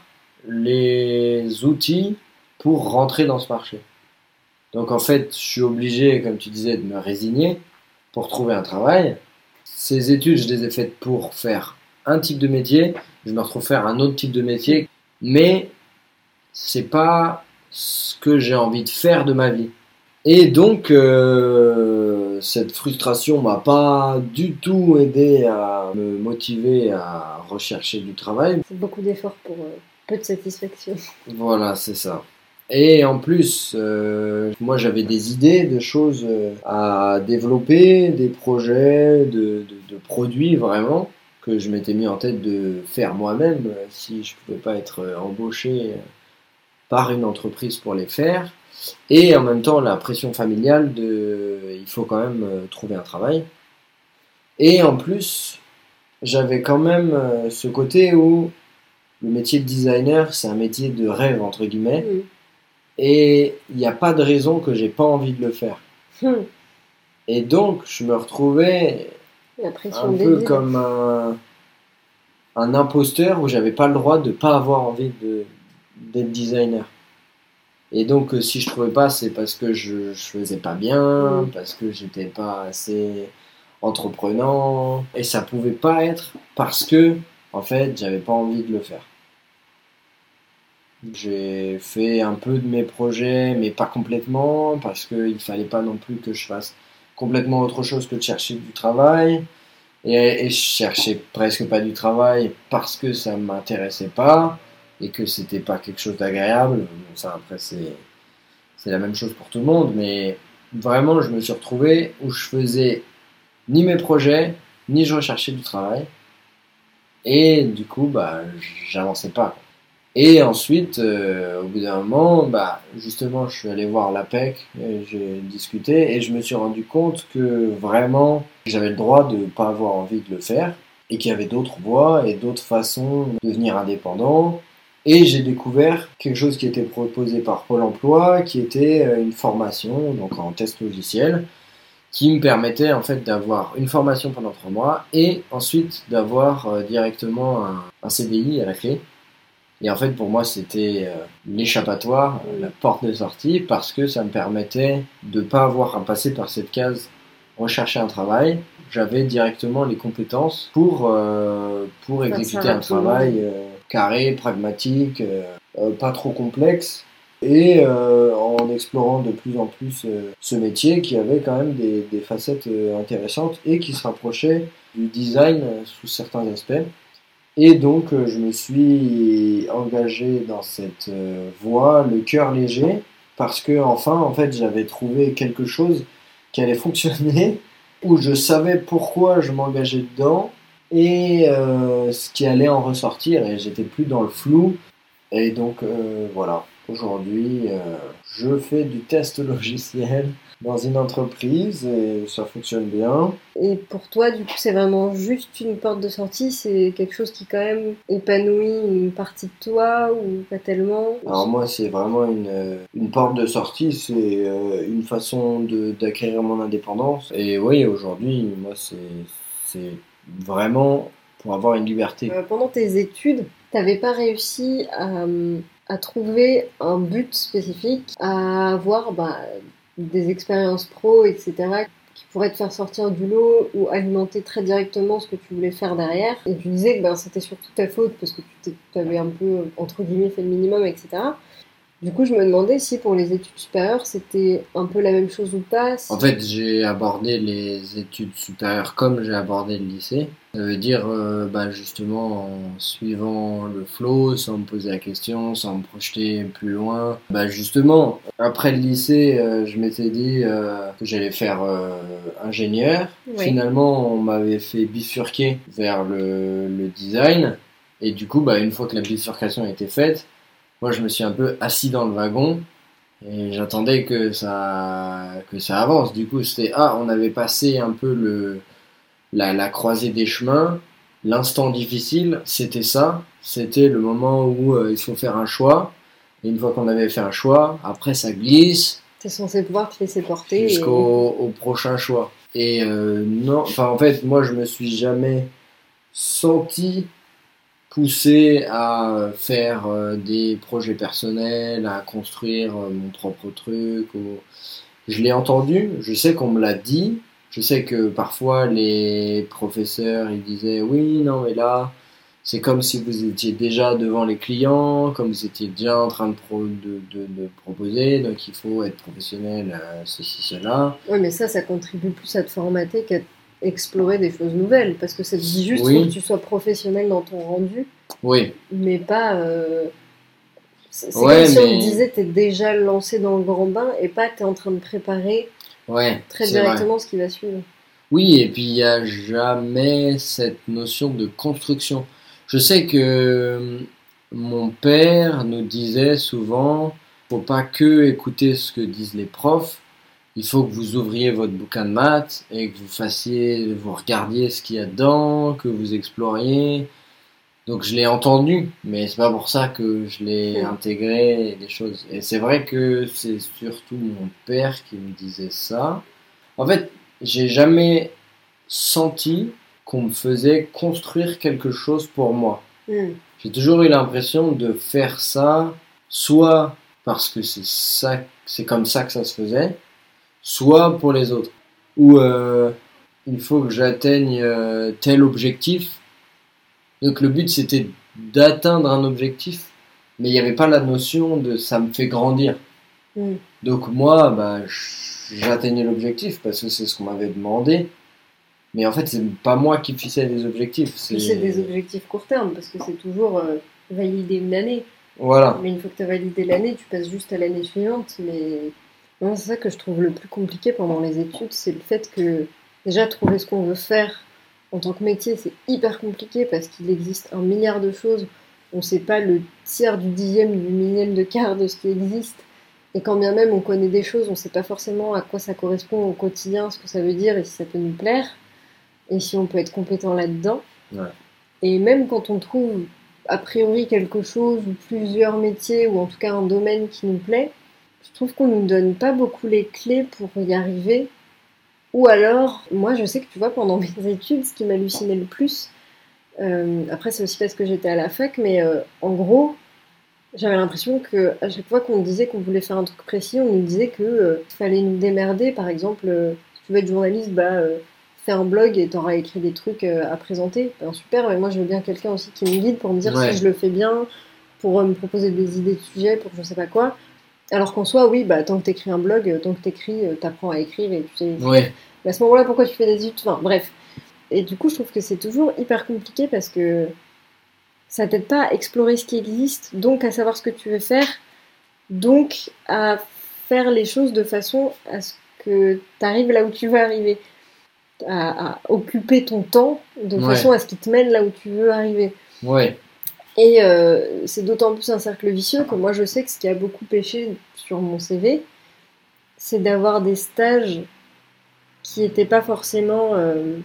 les outils pour rentrer dans ce marché. Donc en fait, je suis obligé, comme tu disais, de me résigner pour trouver un travail. Ces études, je les ai faites pour faire un type de métier, je me retrouve faire un autre type de métier, mais c'est pas ce que j'ai envie de faire de ma vie. Et donc, euh, cette frustration m'a pas du tout aidé à me motiver à rechercher du travail. C'est beaucoup d'efforts pour euh, peu de satisfaction. Voilà, c'est ça. Et en plus, euh, moi j'avais des idées de choses euh, à développer, des projets, de, de, de produits vraiment, que je m'étais mis en tête de faire moi-même euh, si je pouvais pas être euh, embauché euh, par une entreprise pour les faire. Et en même temps, la pression familiale de il faut quand même euh, trouver un travail. Et en plus, j'avais quand même euh, ce côté où le métier de designer, c'est un métier de rêve, entre guillemets. Mm. Et il n'y a pas de raison que j'ai pas envie de le faire. Mm. Et donc, je me retrouvais La pression un des peu villes. comme un, un imposteur où j'avais pas le droit de pas avoir envie de, d'être designer. Et donc, euh, si je trouvais pas, c'est parce que je, je faisais pas bien, Mm. parce que j'étais pas assez entreprenant. Et ça pouvait pas être parce que, en fait, j'avais pas envie de le faire. J'ai fait un peu de mes projets, mais pas complètement, parce qu'il ne fallait pas non plus que je fasse complètement autre chose que de chercher du travail. Et, et je cherchais presque pas du travail parce que ça ne m'intéressait pas et que c'était pas quelque chose d'agréable. Bon, ça, après, c'est, c'est la même chose pour tout le monde, mais vraiment, je me suis retrouvé où je faisais ni mes projets, ni je recherchais du travail. Et du coup, bah, j'avançais pas. Et ensuite, euh, au bout d'un moment, bah, justement, je suis allé voir l'A P E C, et j'ai discuté, et je me suis rendu compte que vraiment, j'avais le droit de ne pas avoir envie de le faire, et qu'il y avait d'autres voies et d'autres façons de devenir indépendant. Et j'ai découvert quelque chose qui était proposé par Pôle emploi, qui était euh, une formation, donc en test logiciel, qui me permettait en fait d'avoir une formation pendant trois mois, et ensuite d'avoir euh, directement un, un C D I à la clé. Et en fait, pour moi, c'était euh, l'échappatoire, euh, la porte de sortie, parce que ça me permettait de ne pas avoir à passer par cette case rechercher un travail. J'avais directement les compétences pour, euh, pour Faire exécuter ça un travail euh, carré, pragmatique, euh, euh, pas trop complexe, et euh, en explorant de plus en plus euh, ce métier qui avait quand même des, des facettes euh, intéressantes et qui se rapprochait du design euh, sous certains aspects. Et donc, euh, je me suis engagé dans cette euh, voie, le cœur léger, parce que enfin, en fait, j'avais trouvé quelque chose qui allait fonctionner, où je savais pourquoi je m'engageais dedans et euh, ce qui allait en ressortir, et j'étais plus dans le flou. Et donc, euh, voilà, aujourd'hui, euh, je fais du test logiciel dans une entreprise et ça fonctionne bien. Et pour toi, du coup, c'est vraiment juste une porte de sortie, c'est quelque chose qui quand même épanouit une partie de toi ou pas tellement? Alors moi, c'est vraiment une, une porte de sortie, c'est euh, une façon de, d'acquérir mon indépendance. Et oui, aujourd'hui, moi, c'est, c'est vraiment pour avoir une liberté. Euh, pendant tes études, t'avais pas réussi à, à trouver un but spécifique, à avoir bah, des expériences pro, et cetera, qui pourraient te faire sortir du lot ou alimenter très directement ce que tu voulais faire derrière. Et tu disais que ben, c'était surtout ta faute parce que tu avais un peu, entre guillemets, fait le minimum, et cetera. Du coup, je me demandais si pour les études supérieures, c'était un peu la même chose ou pas. Si... En fait, j'ai abordé les études supérieures comme j'ai abordé le lycée. Ça veut dire, euh, bah, justement, en suivant le flow, sans me poser la question, sans me projeter plus loin. Bah, justement, après le lycée, euh, je m'étais dit euh, que j'allais faire euh, ingénieur. Ouais. Finalement, on m'avait fait bifurquer vers le, le design. Et du coup, bah, une fois que la bifurcation a été faite, moi, je me suis un peu assis dans le wagon et j'attendais que ça, que ça avance. Du coup, c'était, ah, on avait passé un peu le, la, la croisée des chemins. L'instant difficile, c'était ça. C'était le moment où euh, il faut faire un choix. Et une fois qu'on avait fait un choix, après, ça glisse. T'es censé pouvoir te laisser porter. Jusqu'au et... au prochain choix. Et euh, non, enfin, en fait, moi, je me suis jamais senti poussé à faire euh, des projets personnels, à construire euh, mon propre truc. Ou... Je l'ai entendu, je sais qu'on me l'a dit, je sais que parfois les professeurs ils disaient oui, non mais là c'est comme si vous étiez déjà devant les clients, comme vous étiez déjà en train de, pro- de, de, de proposer, donc il faut être professionnel, euh, ceci, cela. Ouais, mais ça, ça contribue plus à te formater qu'à explorer des choses nouvelles, parce que ça te dit juste Oui. faut que tu sois professionnel dans ton rendu, Oui. mais pas... Euh... C'est, c'est Ouais, comme si mais... on te disait t'es déjà lancé dans le grand bain et pas t'es en train de préparer ouais, très c'est directement vrai. ce qui va suivre. Oui, et puis il n'y a jamais cette notion de construction. Je sais que mon père nous disait souvent, faut pas que écouter ce que disent les profs, il faut que vous ouvriez votre bouquin de maths et que vous fassiez, vous regardiez ce qu'il y a dedans, que vous exploriez. Donc je l'ai entendu, mais c'est pas pour ça que je l'ai Mm. intégré et des choses. Et c'est vrai que c'est surtout mon père qui me disait ça. En fait, j'ai jamais senti qu'on me faisait construire quelque chose pour moi. Mm. J'ai toujours eu l'impression de faire ça, soit parce que c'est ça, c'est comme ça que ça se faisait, soit pour les autres. Ou euh, il faut que j'atteigne euh, tel objectif. Donc le but c'était d'atteindre un objectif, mais il n'y avait pas la notion de ça me fait grandir. Mm. Donc moi, bah, j'atteignais l'objectif parce que c'est ce qu'on m'avait demandé. Mais en fait, c'est pas moi qui fixais les objectifs. C'est, c'est des objectifs court terme parce que c'est toujours euh, valider une année. Voilà. Mais une fois que tu as validé l'année, tu passes juste à l'année suivante. Mais non, c'est ça que je trouve le plus compliqué pendant les études, c'est le fait que déjà trouver ce qu'on veut faire en tant que métier, c'est hyper compliqué parce qu'il existe un milliard de choses. On ne sait pas le tiers du dixième, du millième de quart de ce qui existe. Et quand bien même on connaît des choses, on ne sait pas forcément à quoi ça correspond au quotidien, ce que ça veut dire et si ça peut nous plaire. Et si on peut être compétent là-dedans. Ouais. Et même quand on trouve a priori quelque chose ou plusieurs métiers ou en tout cas un domaine qui nous plaît, je trouve qu'on nous donne pas beaucoup les clés pour y arriver. Ou alors, moi je sais que tu vois, pendant mes études, ce qui m'hallucinait le plus, euh, après c'est aussi parce que j'étais à la fac, mais euh, en gros, j'avais l'impression qu'à chaque fois qu'on disait qu'on voulait faire un truc précis, on nous disait qu'il euh, fallait nous démerder. Par exemple, euh, si tu veux être journaliste, bah... Euh, fais un blog et t'auras écrit des trucs euh, à présenter. Ben, super, mais moi je veux bien quelqu'un aussi qui me guide pour me dire ouais. si je le fais bien, pour euh, me proposer des idées de sujets, pour je sais pas quoi. Alors qu'en soi, oui, bah, tant que t'écris un blog, tant que t'écris, euh, t'apprends à écrire et tu sais écrire. Ouais. Mais à ce moment-là, pourquoi tu fais des études ? Enfin, bref. Et du coup, je trouve que c'est toujours hyper compliqué parce que ça t'aide pas à explorer ce qui existe, donc à savoir ce que tu veux faire, donc à faire les choses de façon à ce que t'arrives là où tu veux arriver. À, à occuper ton temps de ouais. façon à ce qu'il te mène là où tu veux arriver. Ouais. Et euh, c'est d'autant plus un cercle vicieux que moi je sais que ce qui a beaucoup pêché sur mon C V, c'est d'avoir des stages qui n'étaient pas forcément euh,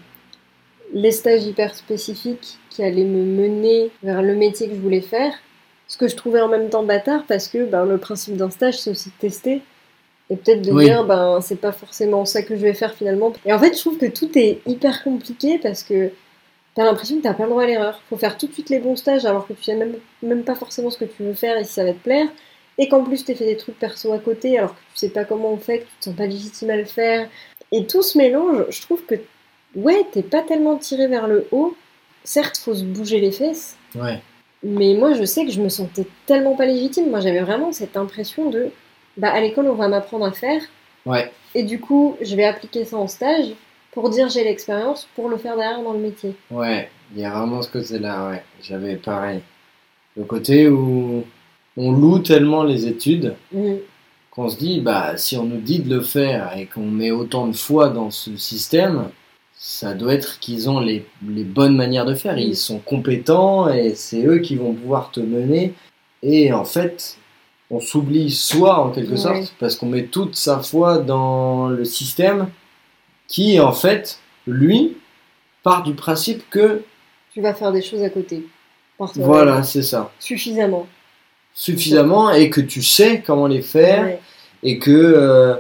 les stages hyper spécifiques qui allaient me mener vers le métier que je voulais faire. Ce que je trouvais en même temps bâtard parce que ben, le principe d'un stage c'est aussi de tester. Et peut-être de oui. dire, ben, c'est pas forcément ça que je vais faire finalement. Et en fait, je trouve que tout est hyper compliqué parce que t'as l'impression que t'as pas le droit à l'erreur. Faut faire tout de suite les bons stages alors que tu sais même, même pas forcément ce que tu veux faire et si ça va te plaire. Et qu'en plus, t'aies fait des trucs perso à côté alors que tu sais pas comment on fait, que tu te sens pas légitime à le faire. Et tout ce mélange, je trouve que, ouais, t'es pas tellement tiré vers le haut. Certes, faut se bouger les fesses. Ouais. Mais moi, je sais que je me sentais tellement pas légitime. Moi, j'avais vraiment cette impression de... Bah, à l'école, on va m'apprendre à faire. Ouais. Et du coup, je vais appliquer ça en stage pour dire j'ai l'expérience pour le faire derrière dans le métier. Ouais, il y a vraiment ce côté-là, ouais. J'avais pareil. Le côté où on loue tellement les études mmh. qu'on se dit, bah, si on nous dit de le faire et qu'on met autant de foi dans ce système, ça doit être qu'ils ont les, les bonnes manières de faire. Mmh. Ils sont compétents et c'est eux qui vont pouvoir te mener. Et en fait... on s'oublie soi en quelque ouais. sorte parce qu'on met toute sa foi dans le système qui en fait lui part du principe que tu vas faire des choses à côté. Voilà, c'est ça. Suffisamment. Suffisamment ouais. Et que tu sais comment les faire ouais. et que euh,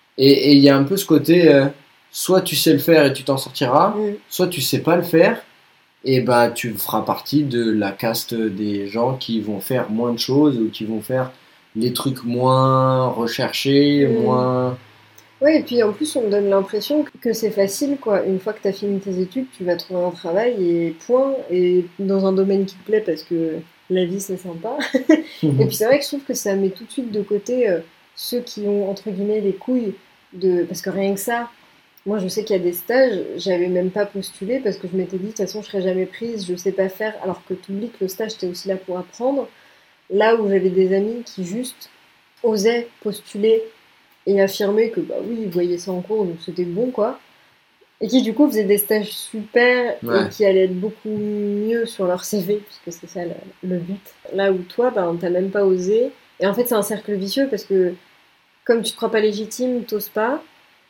et il y a un peu ce côté euh, soit tu sais le faire et tu t'en sortiras, mm. soit tu sais pas le faire et bah tu feras partie de la caste des gens qui vont faire moins de choses ou qui vont faire les trucs moins recherchés, mmh. moins... Oui, et puis en plus, on me donne l'impression que c'est facile, quoi. Une fois que tu as fini tes études, tu vas trouver un travail et point. Et dans un domaine qui te plaît parce que la vie, c'est sympa. mmh. Et puis c'est vrai que je trouve que ça met tout de suite de côté euh, ceux qui ont, entre guillemets, les couilles de... Parce que rien que ça, moi, je sais qu'il y a des stages, j'avais même pas postulé parce que je m'étais dit, de toute façon, je serai jamais prise, je sais pas faire. Alors que tu oublies que le stage, t'es aussi là pour apprendre. Là où j'avais des amis qui juste osaient postuler et affirmer que bah oui, ils voyaient ça en cours, donc c'était bon quoi. Et qui du coup faisaient des stages super ouais. et qui allaient être beaucoup mieux sur leur C V, puisque c'est ça le, le but. Là où toi, bah, t'as même pas osé. Et en fait, c'est un cercle vicieux parce que comme tu te crois pas légitime, t'oses pas.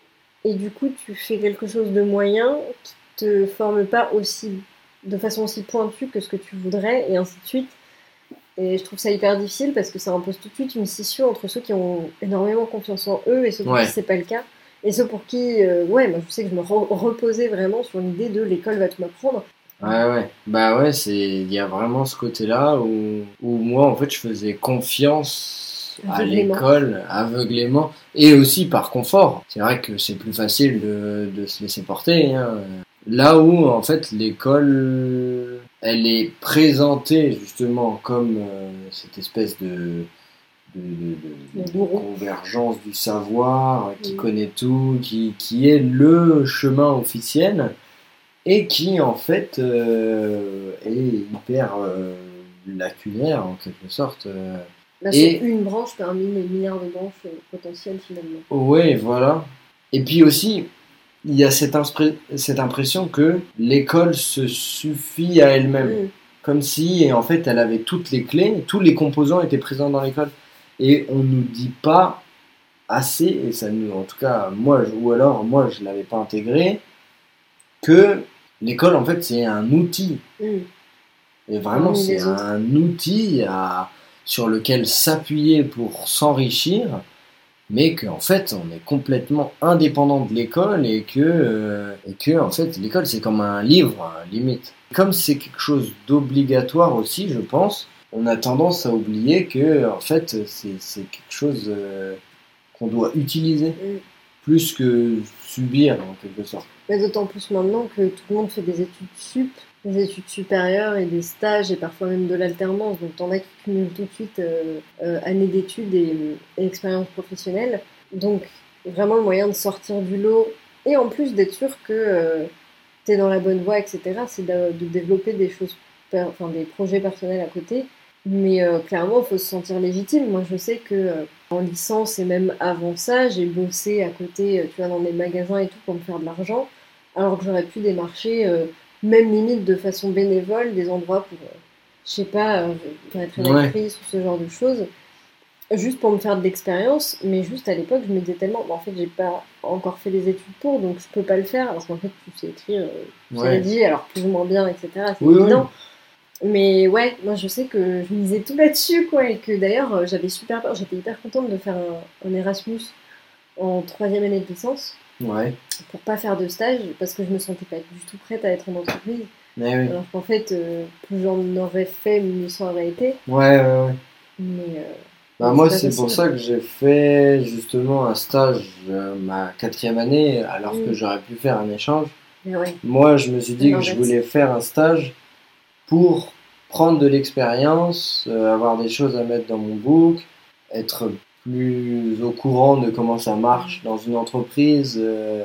Et du coup, tu fais quelque chose de moyen qui te forme pas aussi, de façon aussi pointue que ce que tu voudrais, et ainsi de suite. Et je trouve ça hyper difficile parce que ça impose tout de suite une scission entre ceux qui ont énormément confiance en eux et ceux pour ouais. qui c'est pas le cas. Et ceux pour qui, euh, ouais, moi je sais que je me re- reposais vraiment sur l'idée de l'école va tout m'apprendre. Ouais, ouais. Bah ouais, c'est... il y a vraiment ce côté-là où... où moi en fait je faisais confiance à l'école aveuglément et aussi par confort. C'est vrai que c'est plus facile de, de se laisser porter. Hein. Là où en fait l'école elle est présentée justement comme euh, cette espèce de, de, de, de- de convergence du savoir, qui Mm. connaît tout, qui, qui est le chemin officiel, et qui en fait euh, est hyper euh, lacunaire en quelque sorte. euh. Bah, Et- c'est une branche parmi les milliards de branches euh, potentielles finalement. Ouais, voilà. Et puis aussi, il y a cette, inspré- cette impression que l'école se suffit à elle-même. Mm. Comme si, en fait, elle avait toutes les clés, tous les composants étaient présents dans l'école. Et on nous dit pas assez, et ça nous, en tout cas, moi, je- ou alors, moi, je l'avais pas intégré, que l'école, en fait, c'est un outil. Mm. Et vraiment, Parmi c'est les autres. un outil à- sur lequel s'appuyer pour s'enrichir, mais qu'en fait, on est complètement indépendant de l'école et que, euh, et que en fait, l'école, c'est comme un livre, hein, limite. Comme c'est quelque chose d'obligatoire aussi, je pense, on a tendance à oublier que, en fait, c'est c'est quelque chose euh, qu'on doit utiliser, Mm. plus que subir, en quelque sorte. Mais d'autant plus maintenant que tout le monde fait des études sup, des études supérieures et des stages et parfois même de l'alternance. Donc t'en as qui cumulent tout de suite euh, euh, années d'études et, et expérience professionnelle. Donc vraiment le moyen de sortir du lot et en plus d'être sûr que euh, t'es dans la bonne voie, et cetera. C'est de, de développer des choses, per- enfin des projets personnels à côté. Mais euh, clairement, il faut se sentir légitime. Moi, je sais que euh, en licence et même avant ça, j'ai bossé à côté, euh, tu vois, dans des magasins et tout pour me faire de l'argent, alors que j'aurais pu démarcher, euh, même limite de façon bénévole, des endroits pour, euh, je sais pas, euh, pour être Ouais. rédactrice ou ce genre de choses, juste pour me faire de l'expérience. Mais juste à l'époque, je me disais tellement, bah, en fait, j'ai pas encore fait les études pour, donc je peux pas le faire, alors qu'en fait, tu sais écrire, euh, tu sais Ouais. rédiger, alors plus ou moins bien, et cetera. C'est Oui, oui. évident. Mais ouais, moi je sais que je misais tout là-dessus, quoi, et que d'ailleurs euh, j'avais super peur, j'étais hyper contente de faire un, un Erasmus en troisième année de licence Ouais. pour pas faire de stage parce que je me sentais pas du tout prête à être en entreprise. Mais oui. Alors qu'en fait, euh, plus j'en aurais fait, mieux ça aurait été. Ouais, ouais, ouais. Mais euh, Bah, mais moi, c'est c'est pas pour possible. ça que j'ai fait justement un stage euh, ma quatrième année, alors Mm. que j'aurais pu faire un échange. Mais ouais, Moi, je me suis dit que je L'inverse. voulais faire un stage pour prendre de l'expérience, euh, avoir des choses à mettre dans mon book, être plus au courant de comment ça marche dans une entreprise euh,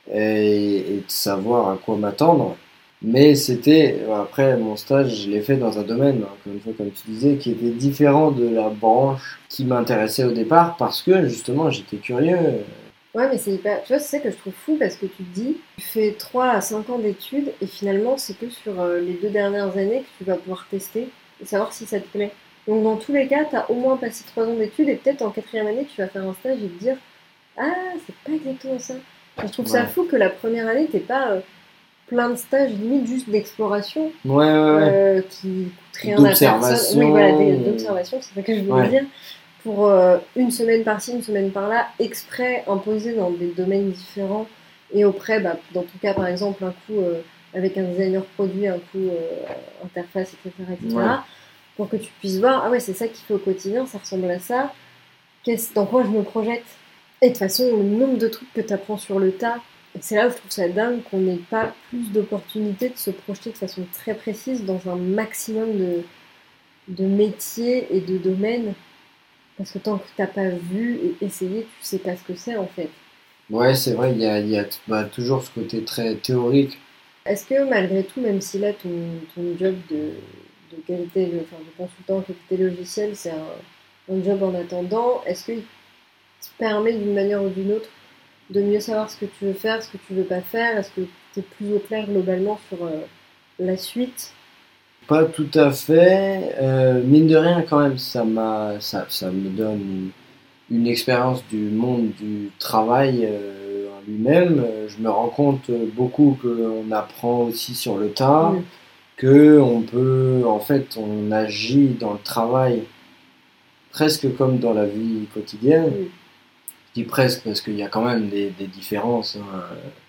et, et de savoir à quoi m'attendre. Mais c'était, après mon stage, je l'ai fait dans un domaine, encore une fois, comme tu disais, qui était différent de la branche qui m'intéressait au départ parce que justement j'étais curieux. ouais, mais c'est hyper. Tu vois, c'est ça que je trouve fou parce que tu te dis, tu fais trois à cinq ans d'études et finalement, c'est que sur euh, les deux dernières années que tu vas pouvoir tester et savoir si ça te plaît. Donc, dans tous les cas, tu as au moins passé trois ans d'études et peut-être en quatrième année, tu vas faire un stage et te dire, ah, c'est pas exactement ça. Et je trouve ça Ouais. fou que la première année, t'aies pas euh, plein de stages, limite juste d'exploration, Ouais, ouais, ouais. euh, qui coûtent rien à personne. D'observation. Oui, voilà, des- d'observation, c'est ça que je voulais Ouais. dire. Pour euh, une semaine par-ci, une semaine par-là, exprès imposé dans des domaines différents et auprès, bah, dans tout cas, par exemple, un coup euh, avec un designer produit, un coup euh, interface, et cetera, et cetera, Ouais. pour que tu puisses voir, ah ouais, c'est ça qu'il fait au quotidien, ça ressemble à ça, Qu'est-ce- dans quoi je me projette. Et de toute façon, le nombre de trucs que tu apprends sur le tas, c'est là où je trouve ça dingue qu'on n'ait pas plus d'opportunités de se projeter de façon très précise dans un maximum de, de métiers et de domaines. Parce que tant que t'as pas vu et essayé, tu sais pas ce que c'est en fait. Ouais, c'est vrai, il y a, il y a bah, toujours ce côté très théorique. Est-ce que malgré tout, même si là ton, ton job de, de qualité, de, enfin, de consultant en qualité logicielle, c'est un, un job en attendant, est-ce qu'il te permet d'une manière ou d'une autre de mieux savoir ce que tu veux faire, ce que tu veux pas faire? Est-ce que tu es plus au clair globalement sur euh, la suite? Pas tout à fait. Euh, mine de rien, quand même, ça m'a, ça, ça me donne une, une expérience du monde du travail euh, en lui-même. Euh, Je me rends compte euh, beaucoup qu'on apprend aussi sur le tas, Mm. que on peut, en fait, on agit dans le travail presque comme dans la vie quotidienne. Mm. Je dis presque parce qu'il y a quand même des, des différences hein,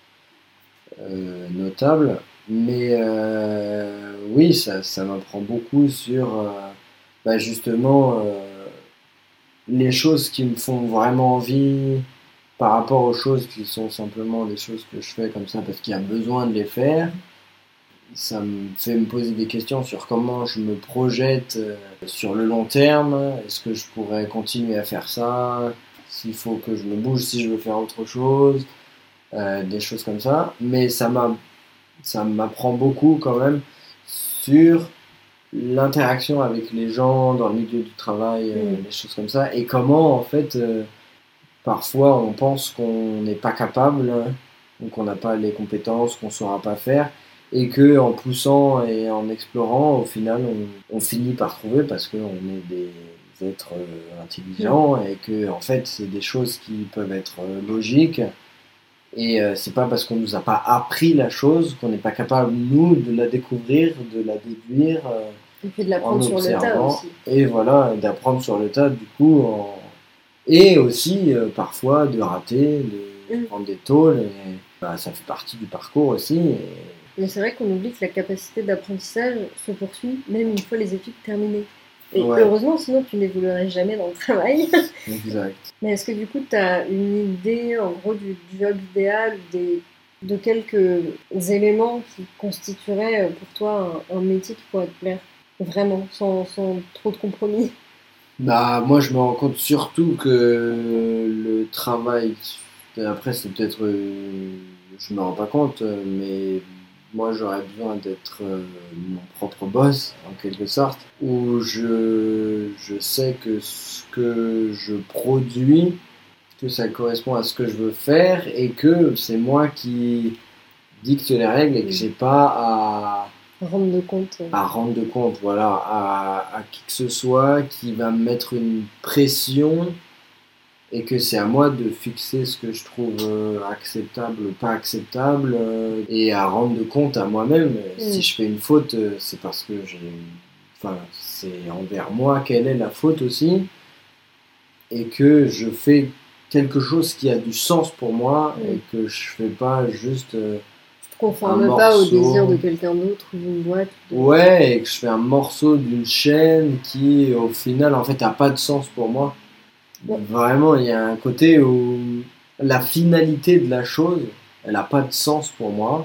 euh, notables. Mais euh, oui, ça, ça m'apprend beaucoup sur euh, bah, justement euh, les choses qui me font vraiment envie par rapport aux choses qui sont simplement des choses que je fais comme ça parce qu'il y a besoin de les faire. ça me fait me poser des questions sur comment je me projette euh, sur le long terme. Est-ce que je pourrais continuer à faire ça? S'il faut que je me bouge, si je veux faire autre chose, euh, des choses comme ça. Mais ça m'a, ça m'apprend beaucoup quand même sur l'interaction avec les gens dans le milieu du travail, euh, Mm. des choses comme ça, et comment en fait euh, parfois on pense qu'on n'est pas capable, hein, ou qu'on n'a pas les compétences, qu'on ne saura pas faire, et que en poussant et en explorant, au final on, on finit par trouver parce qu'on est des êtres euh, intelligents Mm. et que en fait c'est des choses qui peuvent être euh, logiques. Et euh, c'est pas parce qu'on nous a pas appris la chose qu'on n'est pas capable, nous, de la découvrir, de la déduire euh, Et puis de en l'apprendre sur le tas observant. aussi. Et voilà, d'apprendre sur le tas, du coup. En... Et aussi, euh, parfois, de rater, de Mm. prendre des tôles. Et, bah, ça fait partie du parcours aussi. Et... Mais c'est vrai qu'on oublie que la capacité d'apprentissage se poursuit même une fois les études terminées. Et Ouais. heureusement, sinon tu n'évoluerais jamais dans le travail. Exact. Mais est-ce que du coup, tu as une idée, en gros, du job idéal, des, de quelques éléments qui constitueraient euh, pour toi un, un métier qui pourrait te plaire? Vraiment, sans, sans trop de compromis. Bah, moi, je me rends compte surtout que le travail, après, c'est peut-être, euh, je me rends pas compte, euh, mais moi, j'aurais besoin d'être euh, mon propre boss, en quelque sorte, où je, je sais que ce que je produis, que ça correspond à ce que je veux faire, et que c'est moi qui dicte les règles et que j'ai pas à Rendre de compte. euh, à rendre de compte, voilà, à, à qui que ce soit qui va me mettre une pression et que c'est à moi de fixer ce que je trouve euh, acceptable ou pas acceptable euh, et à rendre de compte à moi-même. Si Mm. je fais une faute, euh, c'est parce que j'ai... Enfin, c'est envers moi quelle est la faute aussi et que je fais quelque chose qui a du sens pour moi Mm. et que je fais pas juste... euh, Tu te conformes un pas au morceau. désir de quelqu'un d'autre ou d'une boîte. de- Ouais, et que je fais un morceau d'une chaîne qui, au final, en fait, n'a pas de sens pour moi. Ouais. Vraiment, il y a un côté où la finalité de la chose, elle n'a pas de sens pour moi.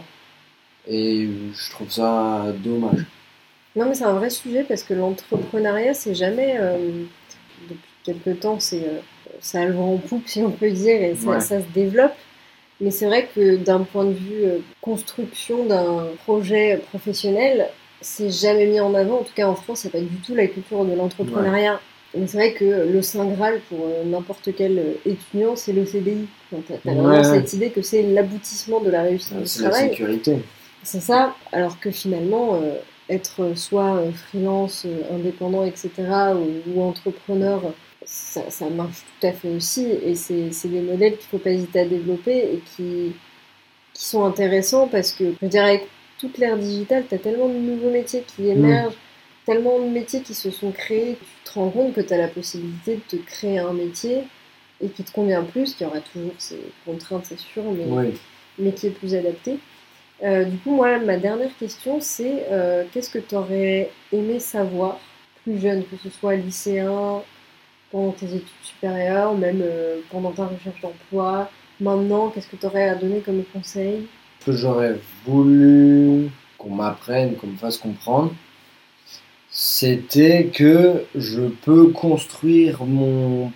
Et je trouve ça dommage. Non, mais c'est un vrai sujet parce que l'entrepreneuriat, c'est jamais. euh, depuis quelque temps, c'est, euh, ça a le vent en poupe, si on peut dire, et ça, Ouais. ça se développe. Mais c'est vrai que d'un point de vue euh, construction d'un projet professionnel, c'est jamais mis en avant. En tout cas, en France, c'est pas du tout la culture de l'entrepreneuriat. Mais c'est vrai que le Saint Graal pour euh, n'importe quel euh, étudiant, c'est le C D I. Enfin, t'as, t'as vraiment Ouais, ouais. cette idée que c'est l'aboutissement de la réussite du C'est la travail. sécurité. C'est ça, alors que finalement, euh, être soit euh, freelance, euh, indépendant, et cetera, ou, ou entrepreneur, ça, ça marche tout à fait aussi. Et c'est, c'est des modèles qu'il ne faut pas hésiter à développer et qui, qui sont intéressants parce que, je veux dire, avec toute l'ère digitale, tu as tellement de nouveaux métiers qui émergent, tellement de métiers qui se sont créés, tu te rends compte que tu as la possibilité de te créer un métier et qui te convient plus, qui aura toujours ses contraintes, c'est sûr, mais, Oui. mais qui est plus adapté. Euh, du coup, moi, ma dernière question, c'est euh, qu'est-ce que tu aurais aimé savoir plus jeune, que ce soit lycéen, pendant tes études supérieures, même euh, pendant ta recherche d'emploi, maintenant, qu'est-ce que tu aurais à donner comme conseil? Ce que j'aurais voulu qu'on m'apprenne, qu'on me fasse comprendre, c'était que je peux construire mon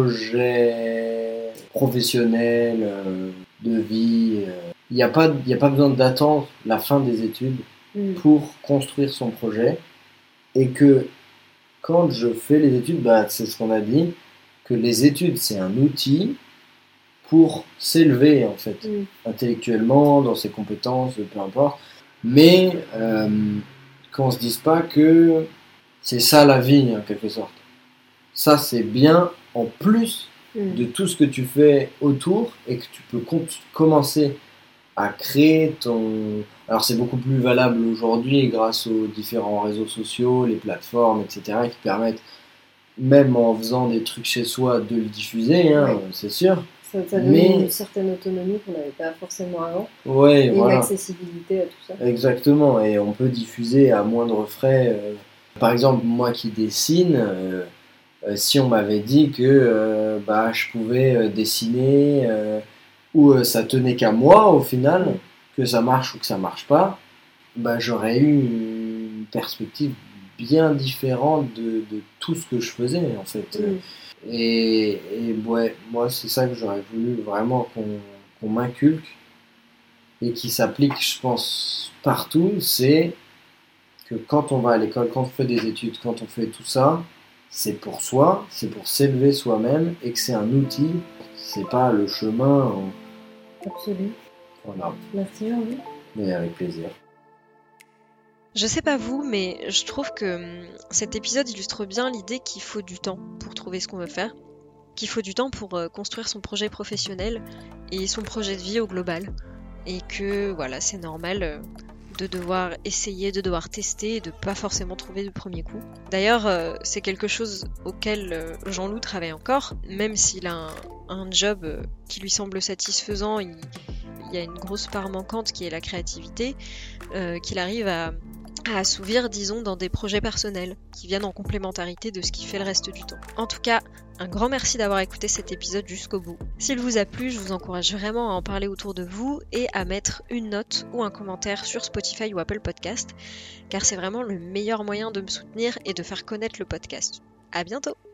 projet professionnel, euh, de vie. euh. Il n'y a pas, il y a pas besoin d'attendre la fin des études Mm. pour construire son projet. Et que quand je fais les études, bah, c'est ce qu'on a dit, que les études, c'est un outil pour s'élever, en fait, Mm. intellectuellement, dans ses compétences, peu importe. Mais euh, qu'on se dise pas que c'est ça la vie, en quelque sorte. Ça, c'est bien en plus Mm. de tout ce que tu fais autour et que tu peux com- commencer à créer ton... Alors c'est beaucoup plus valable aujourd'hui grâce aux différents réseaux sociaux, les plateformes, et cetera qui permettent, même en faisant des trucs chez soi, de le diffuser, hein, Ouais. c'est sûr. Ça, ça donne Mais- une certaine autonomie qu'on n'avait pas forcément avant, Ouais, et voilà. une accessibilité à tout ça. Exactement, et on peut diffuser à moindre frais. euh. Par exemple, moi qui dessine, euh, euh, si on m'avait dit que euh, bah, je pouvais euh, dessiner, euh, ou euh, ça tenait qu'à moi au final, Mm. que ça marche ou que ça marche pas, bah, j'aurais eu une perspective bien différente de, de tout ce que je faisais en fait. Mm. Et, et ouais, moi c'est ça que j'aurais voulu vraiment qu'on, qu'on m'inculque et qui s'applique, je pense, partout, c'est que quand on va à l'école, quand on fait des études, quand on fait tout ça, c'est pour soi, c'est pour s'élever soi-même et que c'est un outil, c'est pas le chemin. En... Absolument. Voilà, Merci Jean-Louis. mais avec plaisir. Je sais pas vous, mais je trouve que hum, cet épisode illustre bien l'idée qu'il faut du temps pour trouver ce qu'on veut faire, qu'il faut du temps pour euh, construire son projet professionnel et son projet de vie au global. Et que voilà, c'est normal euh, de devoir essayer, de devoir tester et de pas forcément trouver du premier coup. D'ailleurs, euh, c'est quelque chose auquel euh, Jean-Loup travaille encore, même s'il a un, un job euh, qui lui semble satisfaisant, il, il y a une grosse part manquante qui est la créativité, euh, qu'il arrive à, à assouvir, disons, dans des projets personnels qui viennent en complémentarité de ce qui fait le reste du temps. En tout cas, un grand merci d'avoir écouté cet épisode jusqu'au bout. S'il vous a plu, je vous encourage vraiment à en parler autour de vous et à mettre une note ou un commentaire sur Spotify ou Apple Podcast, car c'est vraiment le meilleur moyen de me soutenir et de faire connaître le podcast. À bientôt!